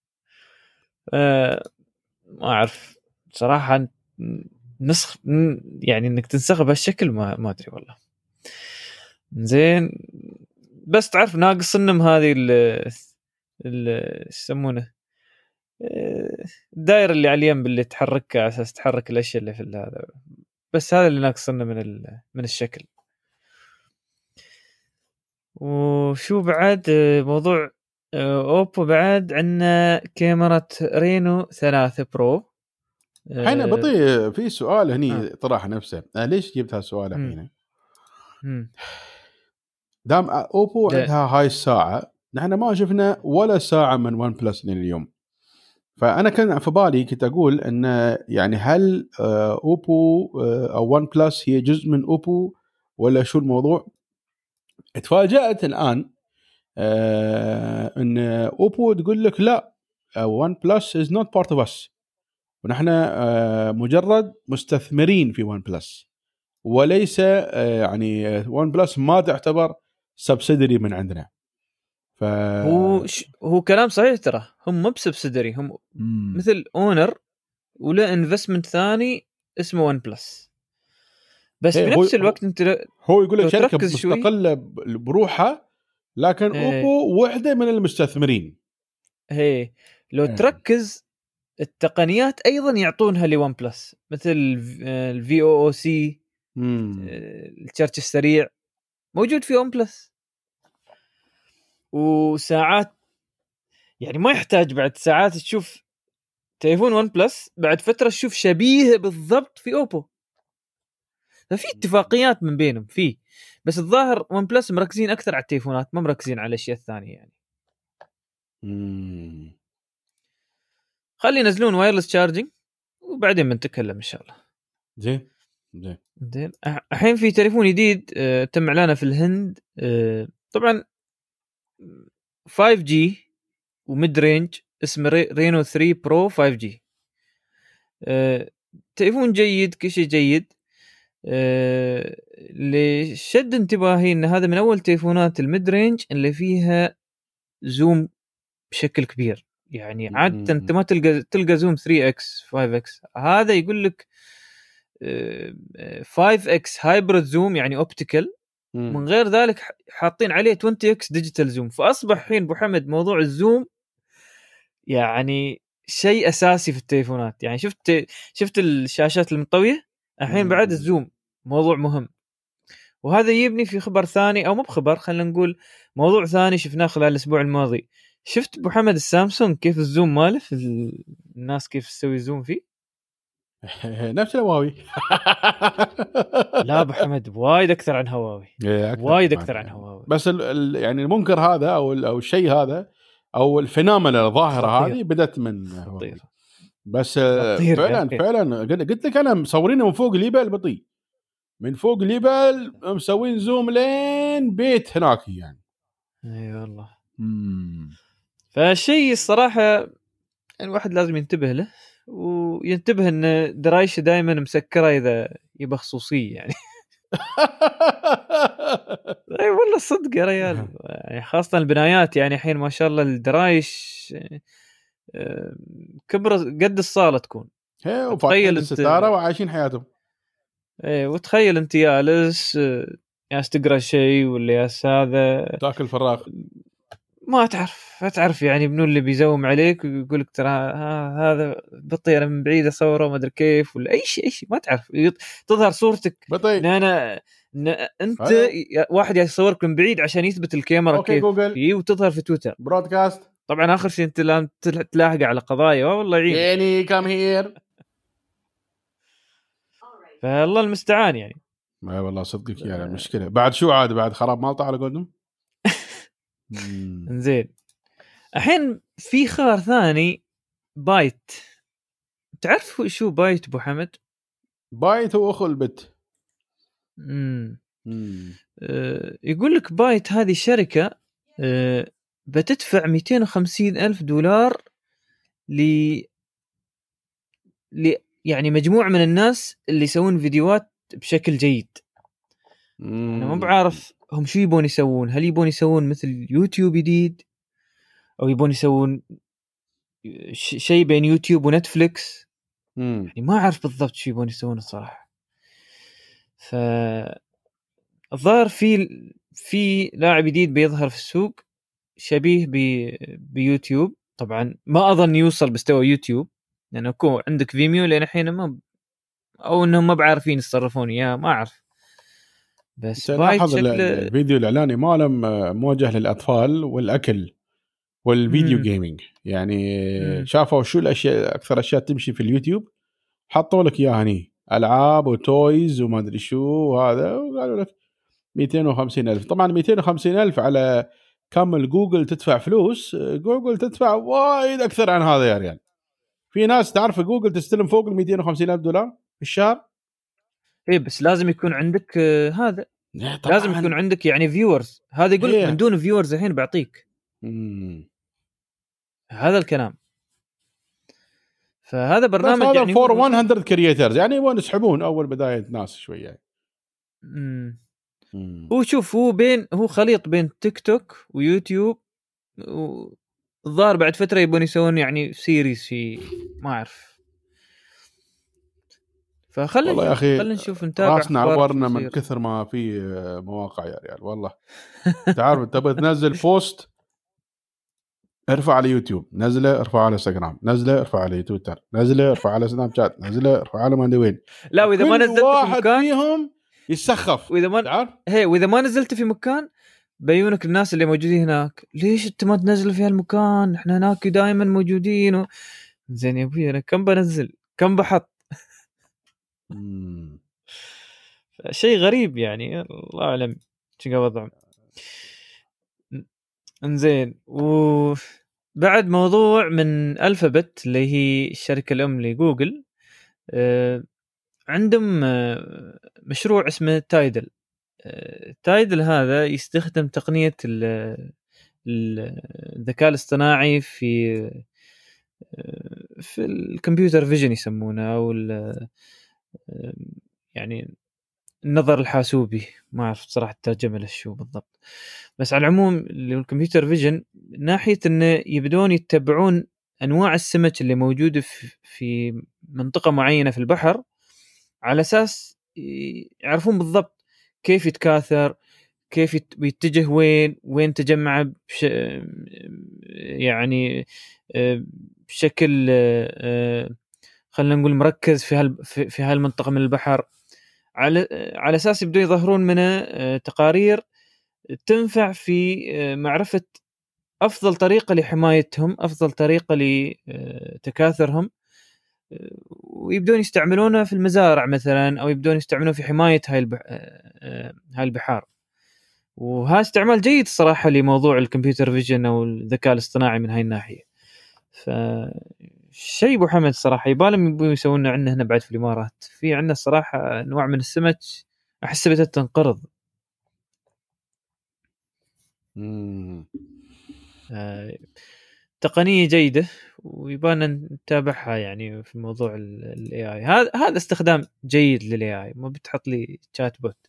أه ما اعرف صراحه نسخ يعني انك تنسخ بهالشكل ما ما ادري والله. زين بس تعرف ناقص النم هذه ال ال يسمونه الدائره اللي على اليم اللي تحركها على اساس تحرك الاشياء اللي في هذا، بس هذا اللي ناقصنا من من الشكل. وشو بعد موضوع اوبو بعد عندنا كاميرا رينو ثلاثة برو. حين بطيء في سؤال هني آه. طرح نفسه أنا ليش جبت هالسؤال الحين؟ دام اوبو ده. عندها هاي الساعه، نحن ما شفنا ولا ساعه من ون بلس اليوم. فانا كان في بالي كنت اقول ان يعني هل اوبو او ون بلس هي جزء من اوبو ولا شو الموضوع؟ اتفاجأت الان آه ان اوبو تقول لك لا ون بلس از نوت بارت اوف اس، ونحن آه مجرد مستثمرين في ون بلس، وليس آه يعني ون بلس ما تعتبر سبسيدري من عندنا. ف هو ش... هو كلام صحيح، ترى هم مو بسبسيدري، هم مم. مثل اونر ولا انفستمنت ثاني اسمه ون بلس، بس هي بنفس هو الوقت انت ل... هو يقول لك لو شركه تركز شوي مستقله ب- بروحها، لكن ايه اوبو وحده من المستثمرين. هي لو إيه. تركز التقنيات ايضا يعطونها لون بلس، مثل الفي او او سي، مم. الشارج السريع موجود في ون بلس، وساعات يعني ما يحتاج بعد ساعات تشوف تليفون ون بلس بعد فتره تشوف شبيه بالضبط في اوبو. ففي اتفاقيات من بينهم فيه، بس الظاهر ون بلس مركزين اكثر على التليفونات، ما مركزين على الاشياء الثانيه يعني. مم. خلي ينزلون وايرلس تشارجنج وبعدين بنتكلم ان شاء الله. زين زين. زين الحين في تليفون جديد آه تم اعلانه في الهند، آه طبعا فايف جي وميد رينج، اسمه رينو ثري برو فايف جي. آه تليفون جيد، كل شيء جيد. آه اللي شد انتباهي ان هذا من اول تليفونات الميد رينج اللي فيها زوم بشكل كبير. يعني عادة انت ما تلقى تلقى زوم ثري إكس فايف إكس، هذا يقول لك فايف إكس هايبرد زوم يعني اوبتيكال، من غير ذلك حاطين عليه توينتي إكس ديجيتال زوم. فاصبح الحين ابو حمد موضوع الزوم يعني شيء اساسي في التليفونات. يعني شفت شفت الشاشات المطويه الحين بعد الزوم موضوع مهم. وهذا يبني في خبر ثاني او مو بخبر، خلينا نقول موضوع ثاني شفناه خلال الاسبوع الماضي. شفت ابو حمد السامسونج كيف الزوم ماله في الناس كيف تسوي زوم فيه؟ نفس الهواوي. لا ابو حمد وايد اكثر عن هواوي، وايد اكثر عن هواوي. بس ال ال يعني المنكر هذا او او الشيء هذا او الفينومينا الظاهره هذه بدت من هواوي. بس فعلا فعلا قلت لك انا مصورينه من فوق الجبل بطيء، من فوق الجبل مسوين زوم لين بيت هناك يعني. اي والله. امم فشيء الصراحه الواحد لازم ينتبه له، وينتبه ان درايشه دائما مسكره اذا يبغى خصوصيه يعني. اي والله صدق يا ريال، يعني خاصه البنايات. يعني الحين ما شاء الله الدرايش كبر قد الصاله تكون، وفاتحين الستاره وعايشين حياتهم. ايه وتخيل انت جالس يا تقرا شيء ولا يا هذا تاكل فراغ، ما تعرف ما تعرف يعني منو اللي بيزوم عليك ويقول لك ترى هذا بطيء من بعيد اصوره ما ادري كيف ولا اي شيء اي شيء ما تعرف. تظهر صورتك بطيء انا انت هلو. واحد يصورك من بعيد عشان يثبت الكاميرا أوكي كيف جوجل. فيه، وتظهر في تويتر برودكاست. طبعا اخر شيء انت لازم تلاحق على قضايا والله يعين يعني كم هير. فالله المستعان يعني. ما والله صدقك يعني المشكله بعد شو عاد بعد خراب مالطا على قولهم. زين الحين في خبر ثاني، بايت. تعرف شو بايت ابو حمد؟ بايت هو اخو البت. امم آه يقول لك بايت هذه الشركه آه بتدفع مئتين وخمسين ألف دولار ل ل يعني مجموعه من الناس اللي يسوون فيديوهات بشكل جيد. انا ما بعرف هم شو يبون يسوون، هل يبون يسوون مثل يوتيوب جديد او يبون يسوون شيء بين يوتيوب ونتفليكس. مم. يعني ما أعرف بالضبط شو يبون يسوون الصراحة. ف الظاهر في في لاعب جديد بيظهر في السوق شبيه ب بيوتيوب. طبعا ما أظن يوصل مستوى يوتيوب لأنه يعني يكون عندك فيميو لأن الحين ما أو إنهم ما بعرفين يتصرفون إياه ما أعرف. بس بايت شكله الفيديو الإعلاني ماله موجه للأطفال والأكل والفيديو مم. جيمينج يعني مم. شافوا شو الأشياء أكثر أشياء تمشي في اليوتيوب حطوا لك إياها هني ألعاب وتويز وما أدري شو وهذا، وقالوا لك مئتين وخمسين ألف. طبعا مئتين وخمسين ألف على كامل جوجل تدفع فلوس، جوجل تدفع وايد أكثر عن هذا يا ريال. في ناس تعرف جوجل تستلم فوق ال مئتين وخمسين ألف دولار في الشهر. إيه بس لازم يكون عندك آه هذا لازم يكون عندك يعني فيورز. هذا يقول إيه. من دون فيورز الحين بعطيك مم. هذا الكلام. فهذا برنامج بس هذا يعني فور مية كرييترز يعني يبغون يسحبون اول بدايه ناس شويه يعني. مم. هو شوف هو بين هو خليط بين تيك توك ويوتيوب، والظاهر بعد فتره يبون يسوون يعني سيريز في ما اعرف. فخلنا والله يا نشوف اخي خلنا نشوف نتابع راسنا اخبار عورنا من كثر ما في مواقع يا ريال والله. تعرف تبغى تنزل بوست ارفع على يوتيوب، نزله ارفع على انستغرام، نزله ارفع على تويتر، نزله ارفع على سناب شات، نزله ارفع على ما ادري وين. لا واذا ما نزلت في مكان فيهم يسخف. واذا ما تعرف هي واذا ما نزلت في مكان بيونك الناس اللي موجودين هناك، ليش انت ما تنزل في هالمكان؟ احنا هناك دائما موجودين و... زين يا ابوي انا كم بنزل كم بحط. شيء غريب يعني الله اعلم شو وضعه. انزين وبعد موضوع من الفابت اللي هي الشركه الام لجوجل، آه عندهم آه مشروع اسمه تايدل. آه تايدل هذا يستخدم تقنيه الذكاء الاصطناعي في آه في الكمبيوتر فيجن يسمونه، او يعني النظر الحاسوبي، ما أعرف صراحة الترجمة للشو بالضبط. بس على العموم اللي هو الكمبيوتر فيجن ناحية إنه يبدون يتبعون أنواع السمك اللي موجودة في منطقة معينة في البحر، على أساس يعرفون بالضبط كيف يتكاثر، كيف يتجه وين وين تجمع بش يعني بشكل خلينا نقول مركز في هال في هالمنطقة من البحر، على على اساس يبدوا يظهرون منه تقارير تنفع في معرفه افضل طريقه لحمايتهم، افضل طريقه لتكاثرهم، ويبدون يستعملونها في المزارع مثلا، او يبدون يستعملون في حمايه هاي هاي البحار. وهذا استعمال جيد صراحه لموضوع الكمبيوتر فيجن او الذكاء الاصطناعي من هاي الناحيه. ف شيء ابو حمد صراحه يبالهم يبون يسوون عندنا هنا بعد في الامارات، في عندنا صراحه انواع من السمك احس بدها تنقرض. امم آه، تقنيه جيده ويبانا نتابعها يعني في موضوع الاي اي. هذا هذا استخدام جيد للاي اي، ما بتحط لي شات بوت.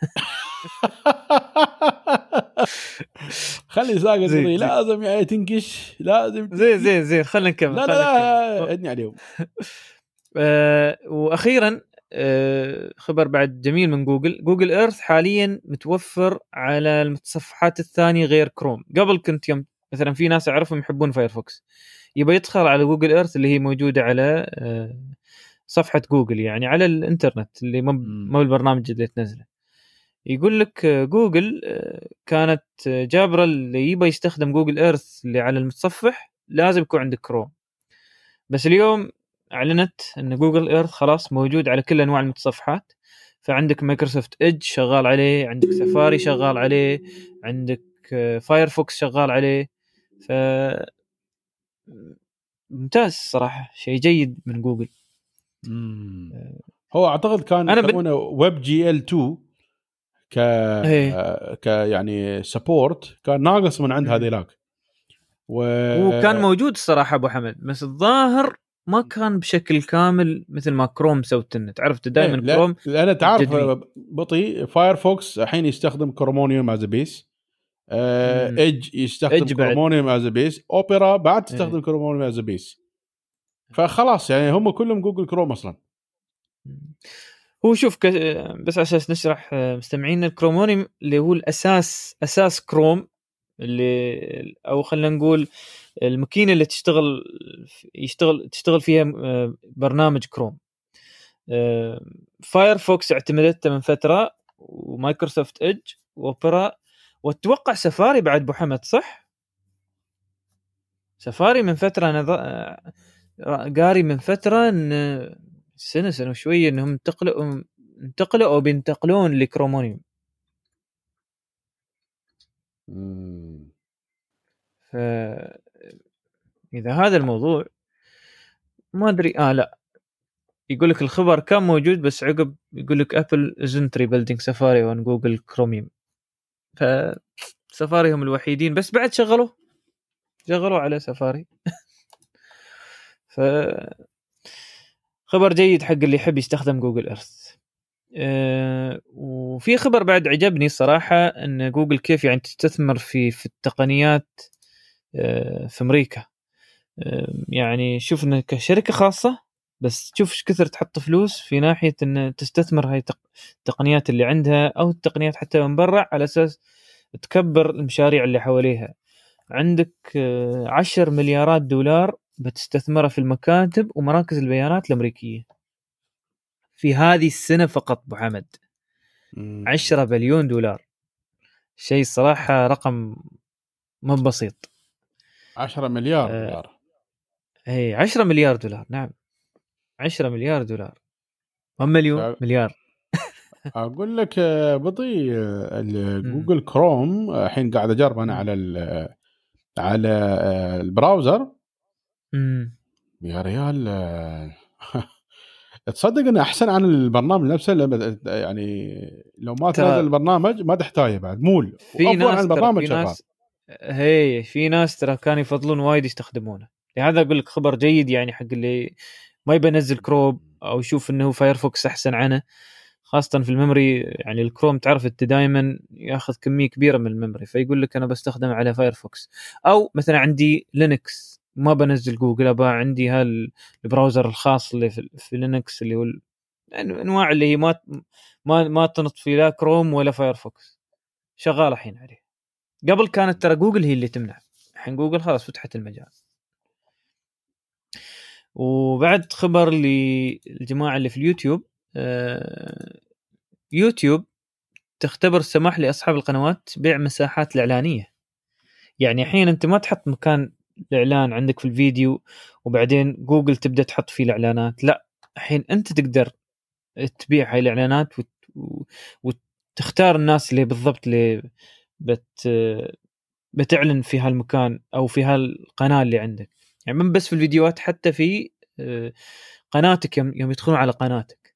خلي ساقط بطيء لازم يعني تنكش لازم زين زين زين خلينا نكمل. لا لا لا ادني عليهم. آه واخيرا آه خبر بعد جميل من جوجل. جوجل ايرث حاليا متوفر على المتصفحات الثانيه غير كروم. قبل كنت يوم مثلا في ناس اعرفهم يحبون فايرفوكس، يبغى يدخل على جوجل ايرث اللي هي موجوده على آه صفحه جوجل يعني على الانترنت اللي مو البرنامج اللي تنزله، يقول لك جوجل كانت جابره اللي يبغى يستخدم جوجل ايرث اللي على المتصفح لازم يكون عندك كروم. بس اليوم اعلنت ان جوجل ايرث خلاص موجود على كل انواع المتصفحات. فعندك مايكروسوفت ايدج شغال عليه، عندك سفاري شغال عليه، عندك فايرفوكس شغال عليه. ف ممتاز صراحه، شيء جيد من جوجل. مم. هو اعتقد كان يسمونه بن... ويب جي ال تو ك هي. ك يعني سبورت كان ناقص من عند هذه لاك و... وكان موجود الصراحه ابو حمد، بس الظاهر ما كان بشكل كامل مثل ما كروم سوت. تعرفت دائما لا كروم لان تعرف بطيء. فايرفوكس الحين يستخدم كرومونيوم از بيس، ايدج يستخدم كرومونيوم از بيس، اوبرا بعد تستخدم كرومونيوم از بيس. فخلاص يعني هم كلهم جوجل كروم اصلا. هو شوف ك... بس عشان نشرح مستمعين، الكرومونيوم اللي هو الاساس، اساس كروم اللي او خلينا نقول الماكينه اللي تشتغل يشتغل تشتغل فيها برنامج كروم. فايرفوكس اعتمدته من فتره، ومايكروسوفت ايدج واوبرا، واتوقع سفاري بعد ابو حمد صح؟ سفاري من فتره انا قاري من فتره ان سنه سنه وشويه انهم انتقلوا انتقلوا او بينتقلون لكرومونيوم. ف اذا هذا الموضوع ما ادري اه لا يقول لك الخبر كان موجود بس عقب يقول لك ابل isn't rebuilding سفاري on جوجل كروميوم. فسفاري هم الوحيدين بس بعد شغلوا شغلوا على سفاري. ف خبر جيد حق اللي يحب يستخدم جوجل ايرث. أه وفي خبر بعد عجبني صراحة ان جوجل كيف يعني تستثمر في في التقنيات أه في امريكا. أه يعني شوف انك كشركة خاصة بس تشوف ايش كثر تحط فلوس في ناحية ان تستثمر هاي التقنيات اللي عندها او التقنيات حتى من برا على اساس تكبر المشاريع اللي حواليها. عندك أه عشر مليارات دولار بتستثمرها في المكاتب ومراكز البيانات الامريكية في هذه السنة فقط ابو حمد. عشرة بليون دولار شيء صراحة رقم مو بسيط. عشرة مليار آه دولار هي عشرة مليار دولار. نعم عشرة مليار دولار مو مليون ف... مليار. اقول لك بطي جوجل كروم الحين قاعد اجرب انا على على البراوزر. امم يا ريال تصدق انه احسن عن البرنامج نفسه. يعني لو ما تنزل البرنامج ما تحتاجه بعد مول افضل عن البرنامج شغال. هي في ناس ترى كانوا يفضلون وايد يستخدمونه. لهذا اقول لك خبر جيد يعني حق اللي ما يبي ينزل كروم او يشوف انه فايرفوكس احسن عنه خاصه في الميموري. يعني الكروم تعرف انت دائما ياخذ كميه كبيره من الميموري فيقول لك انا بستخدم على فايرفوكس. او مثلا عندي لينكس ما بنزل جوجل ابا عندي هالبراوزر الخاص اللي في, في لينكس اللي هو انواع اللي هي ما ما ما تنط في لا كروم ولا فايرفوكس شغاله الحين عليه. قبل كانت ترى جوجل هي اللي تمنع الحين جوجل خلاص فتحت المجال. وبعد خبر للجماعه اللي في اليوتيوب آه يوتيوب تختبر السماح لاصحاب القنوات بيع مساحات الاعلانيه. يعني الحين انت ما تحط مكان الاعلان عندك في الفيديو وبعدين جوجل تبدا تحط فيه الاعلانات. لا الحين انت تقدر تبيع هاي الاعلانات وت... وتختار الناس اللي بالضبط اللي بت بتعلن في هالمكان او في هالقناه اللي عندك. يعني من بس في الفيديوهات حتى في قناتك يوم يدخلون على قناتك.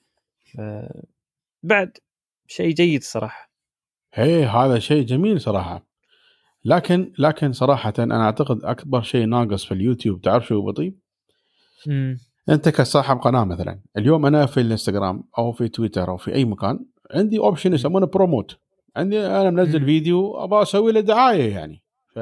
بعد شيء جيد صراحه. هي هذا شيء جميل صراحه. لكن لكن صراحه انا اعتقد اكبر شيء ناقص في اليوتيوب تعرف شو بطيب؟ امم انت كصاحب قناه مثلا اليوم انا في الانستغرام او في تويتر او في اي مكان عندي اوبشن يسمونه بروموت. عندي انا منزل مم. فيديو ابغى اسوي له دعايه يعني. ف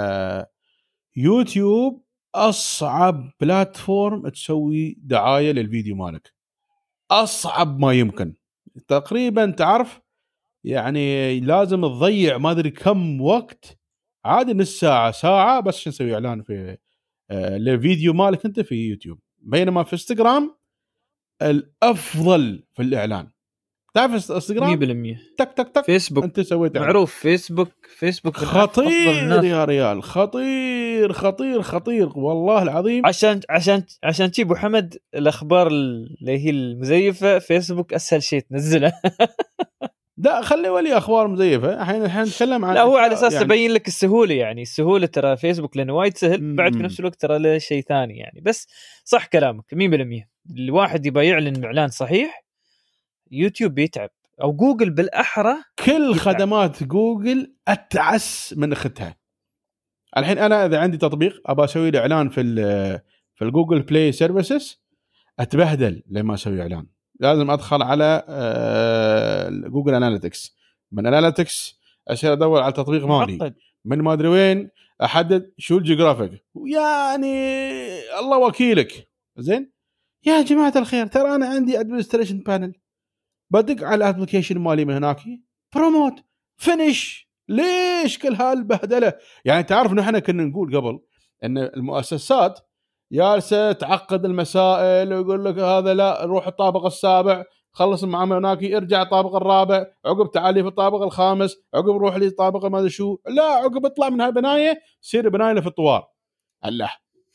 يوتيوب اصعب بلاتفورم تسوي دعايه للفيديو مالك. اصعب ما يمكن تقريبا تعرف يعني لازم تضيع ما ادري كم وقت عادي نص ساعه ساعه بس عشان نسوي اعلان في آه للفيديو مالك انت في يوتيوب. بينما في انستغرام الافضل في الاعلان. تعرف انستغرام مية بالمية تك تك تك فيسبوك انت سويت معروف. فيسبوك فيسبوك خطير يا ريال خطير خطير خطير والله العظيم. عشان عشان عشان تجيبوا حمد الاخبار اللي هي المزيفه فيسبوك اسهل شيء تنزله. لا خلي ولي اخبار مزيفه. الحين الحين نتكلم عن لا هو على اساس يبين يعني لك السهوله. يعني السهوله ترى فيسبوك لانه وايد سهل مم. بعد في نفس الوقت ترى له شيء ثاني يعني. بس صح كلامك مية بالمية. الواحد يبغى يعلن اعلان صحيح يوتيوب بيتعب او جوجل بالاحرى. كل يتعب. خدمات جوجل اتعس من اختها. الحين انا اذا عندي تطبيق ابغى اسوي له اعلان في في الجوجل بلاي سيرفيسز اتبهدل لما اسوي اعلان. لازم ادخل على جوجل اناليتكس. من اناليتكس اشير ادور على تطبيق مالي من ما ادري وين احدد شو الجيوغرافيك. يعني الله وكيلك زين يا جماعه الخير ترى انا عندي ادمنستريشن بانل بدق على الابلكيشن مالي من هناك بروموت فينيش. ليش كل هالبهدله؟ يعني تعرف انه احنا كنا نقول قبل ان المؤسسات جالسه تعقد المسائل ويقول لك هذا لا روح الطابق السابع خلص المعامله هناك ارجع الطابق الرابع عقب تعالي في الطابق الخامس عقب روح لي الطابق ما ادري شو. لا عقب اطلع من هالبنايه سير بنايه في الطوار. الله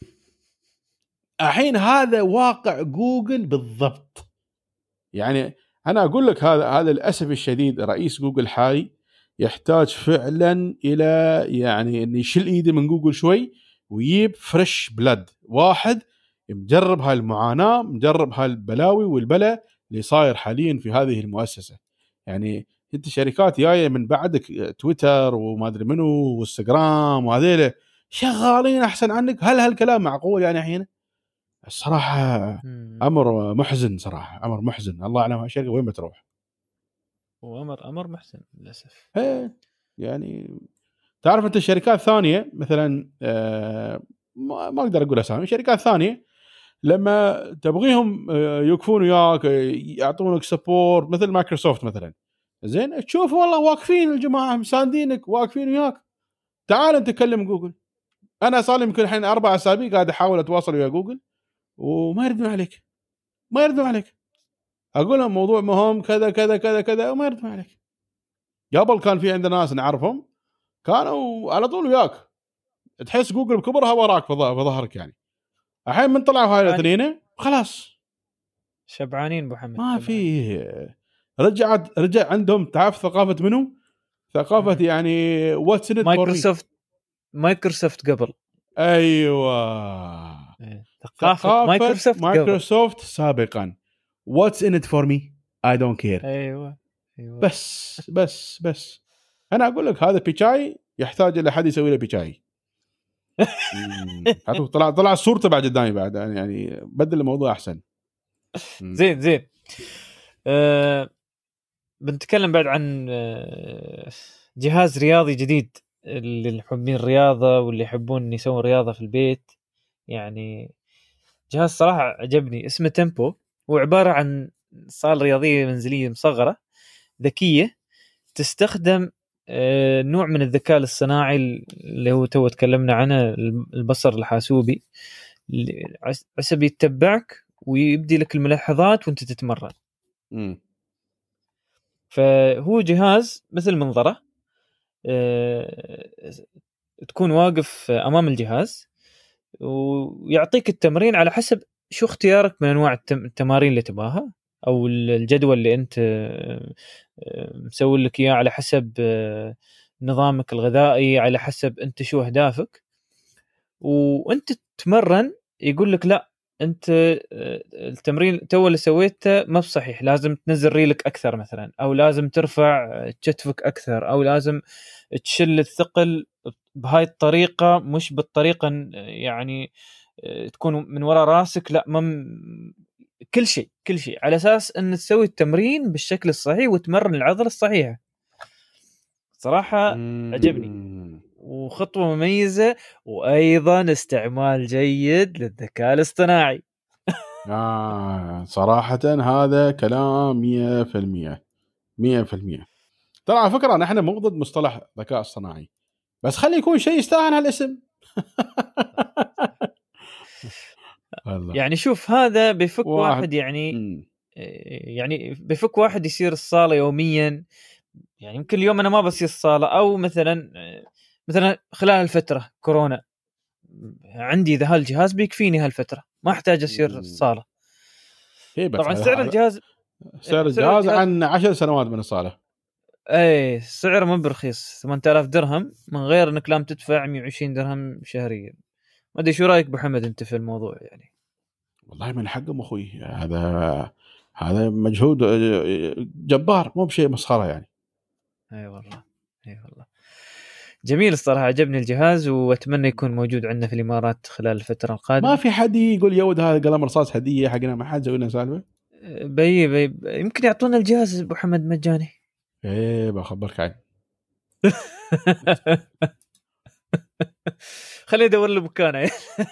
الحين هذا واقع جوجل بالضبط. يعني انا اقول لك هذا هذا للاسف الشديد رئيس جوجل حالي يحتاج فعلا الى يعني ان يشيل ايده من جوجل شوي ويجيب فريش بلد واحد مجرب هاي المعاناة، مجرب هاي البلاوي والبلاء اللي صاير حاليا في هذه المؤسسة. يعني انت شركات جايه من بعدك تويتر وما ادري منو وانستغرام وهذيله شغالين احسن عنك، هل هالكلام معقول يعني الحين؟ الصراحه امر محزن، صراحه امر محزن. الله اعلم هالشركه وين بتروح. وامر امر محزن للاسف. ايه يعني تعرف انت الشركات ثانيه مثلا آه ما اقدر اقول اسامي، شركات ثانيه لما تبغيهم يوقفون وياك يعطونك سبورت مثل مايكروسوفت مثلا، زين تشوف والله واقفين الجماعه مساندينك واقفين وياك. تعال انت كلم جوجل، انا صار لي يمكن الحين اربع اسابيع قاعد احاول اتواصل ويا جوجل وما يردون عليك، ما يردون عليك. اقول لهم موضوع مهم كذا كذا كذا كذا وما يردون عليك. قبل كان في عندنا ناس نعرفهم كانوا على طول وياك، تحس جوجل بكبرها وراك في ظهرك يعني. الحين من طلعوا هاي الاثنين خلاص شبعانين ابو حمد، ما في. رجعت رجع عندهم تعرف ثقافه منو؟ ثقافه م. يعني واتس ان مايكروسوفت. مايكروسوفت قبل ايوه ثقافه, ثقافة مايكروسوفت, مايكروسوفت سابقا واتس ان ات فور مي اي دونت كير. ايوه ايوه بس بس بس انا اقول لك هذا بيتشاي يحتاج الى حد يسوي له بيتشاي. طلع طلع صورته بعد قدامي بعد يعني بدل الموضوع احسن. زين زين أه بنتكلم بعد عن أه جهاز رياضي جديد اللي يحبون الرياضه واللي يحبون يسوون رياضه في البيت. يعني جهاز صراحه عجبني، اسمه تيمبو. هو عباره عن صالة رياضيه منزليه مصغره ذكيه تستخدم أه نوع من الذكاء الاصطناعي اللي هو تو تكلمنا عنه، البصر الحاسوبي، عسب يتبعك ويبدي لك الملاحظات وانت تتمرن. م. فهو جهاز مثل منظره، أه تكون واقف امام الجهاز ويعطيك التمرين على حسب شو اختيارك من انواع التمارين اللي تباها، او الجدول اللي انت مسوي لك اياه على حسب نظامك الغذائي، على حسب انت شو اهدافك. وانت تتمرن يقول لك لا انت التمرين تو اللي سويته ما بصحيح، لازم تنزل ريلك اكثر مثلا، او لازم ترفع كتفك اكثر، او لازم تشيل الثقل بهاي الطريقه مش بالطريقه يعني تكون من وراء راسك، لا مم كل شيء كل شيء على اساس ان تسوي التمرين بالشكل الصحيح وتمرن العضله الصحيحه. صراحه عجبني وخطوه مميزه، وايضا استعمال جيد للذكاء الاصطناعي. آه صراحه هذا كلام مية بالمية مية بالمية. ترى على فكره نحن مو ضد مصطلح ذكاء اصطناعي، بس خلي يكون شيء يستاهل هالاسم. يعني شوف هذا بيفك واحد, واحد يعني م. يعني بيفك واحد يصير الصاله يوميا. يعني يمكن اليوم انا ما بصير الصاله، او مثلا مثلا خلال الفتره كورونا عندي ذا هالجهاز بيكفيني هالفتره، ما احتاج اصير الصاله. طبعا سعر الجهاز سعر الجهاز عن عشر سنوات من الصاله. اي سعره مو برخيص، ثمانية آلاف درهم من غير انك لام تدفع مية وعشرين درهم شهريا. ما ادري شو رايك ابو حمد انت في الموضوع؟ يعني والله من حقهم اخوي، هذا هذا مجهود جبار مو بشيء مسخره يعني. اي والله اي والله جميل الصراحه، عجبني الجهاز واتمنى يكون موجود عندنا في الامارات خلال الفتره القادمه. ما في حد يقول يود هذا قلم رصاص هديه حقنا، ما حد يسوي لنا سالفه. بي, بي يمكن يعطونا الجهاز ابو حمد مجاني. ايه بخبرك عين. خليني ادور له مكانه.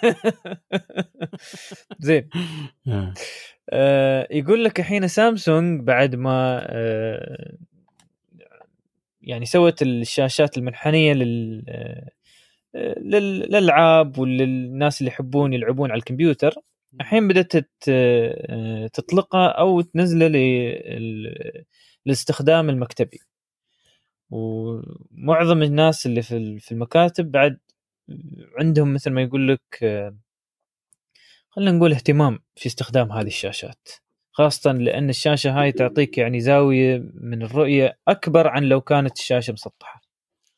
زين آه يقول لك الحين سامسونج بعد ما آه يعني سوت الشاشات المنحنيه لل للالعاب وللناس اللي يحبون يلعبون على الكمبيوتر، الحين بدأت تطلقها او تنزله للاستخدام المكتبي. ومعظم الناس اللي في المكاتب بعد عندهم مثل ما يقول لك خلينا نقول اهتمام في استخدام هذه الشاشات، خاصة لأن الشاشة هاي تعطيك يعني زاوية من الرؤية أكبر عن لو كانت الشاشة مسطحة.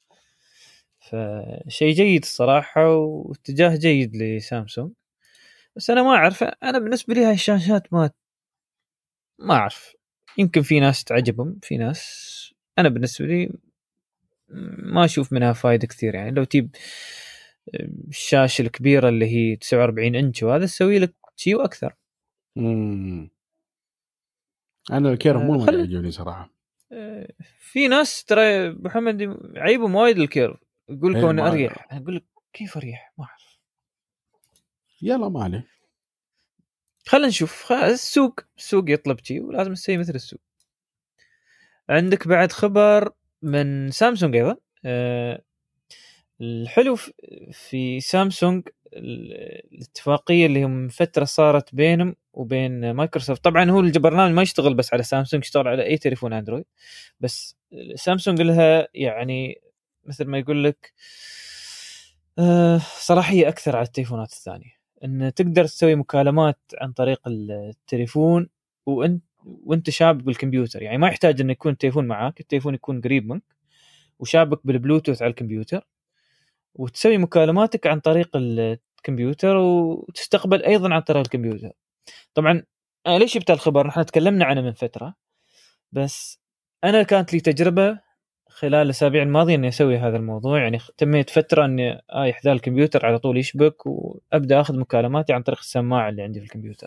فشيء جيد الصراحة واتجاه جيد لسامسونج. بس انا ما اعرف. انا بالنسبه لي هاي الشاشات ما ما اعرف، يمكن في ناس تعجبهم، في ناس، انا بالنسبه لي ما اشوف منها فايده كثير. يعني لو تجيب الشاشه الكبيره اللي هي تسعة وأربعين انش وهذا تسوي لك شيء واكثر. امم انا الكيرف مو ما يعجبني صراحه. في ناس ترى محمد عيبهم وايد الكيرف، يقول لك انا اريح. انا اقول لك كيف اريح؟ ما اعرف. يلا ما عليه، خلينا نشوف. السوق السوق يطلب شيء ولازم تسوي مثل السوق. عندك بعد خبر من سامسونج ايضا. أه الحلو في سامسونج الاتفاقيه اللي هم فتره صارت بينهم وبين مايكروسوفت. طبعا هو البرنامج ما يشتغل بس على سامسونج، يشتغل على اي تليفون اندرويد، بس سامسونج لها يعني مثل ما يقول لك أه صلاحيه اكثر على التليفونات الثانيه، ان تقدر تسوي مكالمات عن طريق التليفون وانت وانت شابك بالكمبيوتر. يعني ما يحتاج انه يكون التليفون معاك، التليفون يكون قريب منك وشابك بالبلوتوث على الكمبيوتر، وتسوي مكالماتك عن طريق الكمبيوتر وتستقبل ايضا عن طريق الكمبيوتر. طبعا أنا ليش جبت الخبر؟ نحن تكلمنا عنه من فتره، بس انا كانت لي تجربه خلال الاسابيع الماضيه اني اسوي هذا الموضوع. يعني تميت فتره اني اي احذاء الكمبيوتر على طول يشبك وابدا اخذ مكالماتي عن طريق السماعه اللي عندي في الكمبيوتر،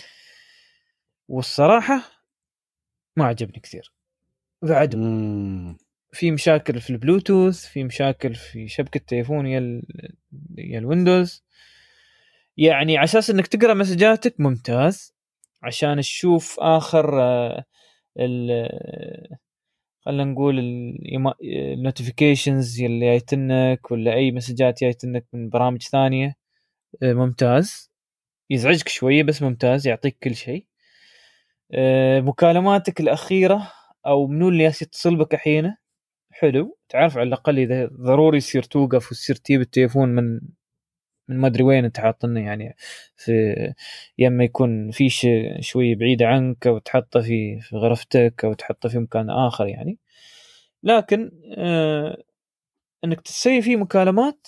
والصراحه ما عجبني كثير. بعد مم. في مشاكل في البلوتوث، في مشاكل في شبكه التليفون يا ال يا الويندوز. يعني على اساس انك تقرا مسجاتك ممتاز، عشان تشوف اخر ال خلينا نقول النوتيفيكيشنز اللي جايتنك ولا اي مسجات جايتنك من برامج ثانيه ممتاز. يزعجك شويه بس ممتاز، يعطيك كل شيء. مكالماتك الاخيره او منو اللي يتصل بك الحين حلو، تعرف على الاقل اذا ضروري يصير توقف وتصير تجيب التليفون من من ما ادري وين انت حاطنه، يعني في يما يكون في شيء شوي بعيد عنك وتحطه في في غرفتك او تحطه في مكان اخر يعني. لكن آه انك تسوي فيه مكالمات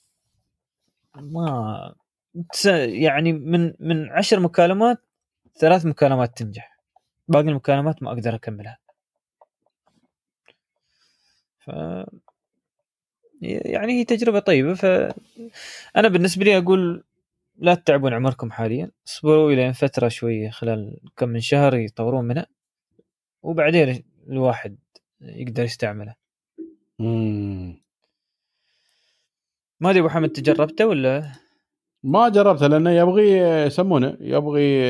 ما يعني من من عشر مكالمات ثلاث مكالمات تنجح، باقي المكالمات ما اقدر اكملها. ف يعني هي تجربه طيبه. فانا بالنسبه لي اقول لا تتعبون عمركم حاليا، اصبروا الى فتره شويه خلال كم من شهر يطورون منها وبعدين الواحد يقدر يستعمله. مم. ما ادري ابو حمد تجربته ولا؟ ما جربته لانه يبغي يسمونه يبغي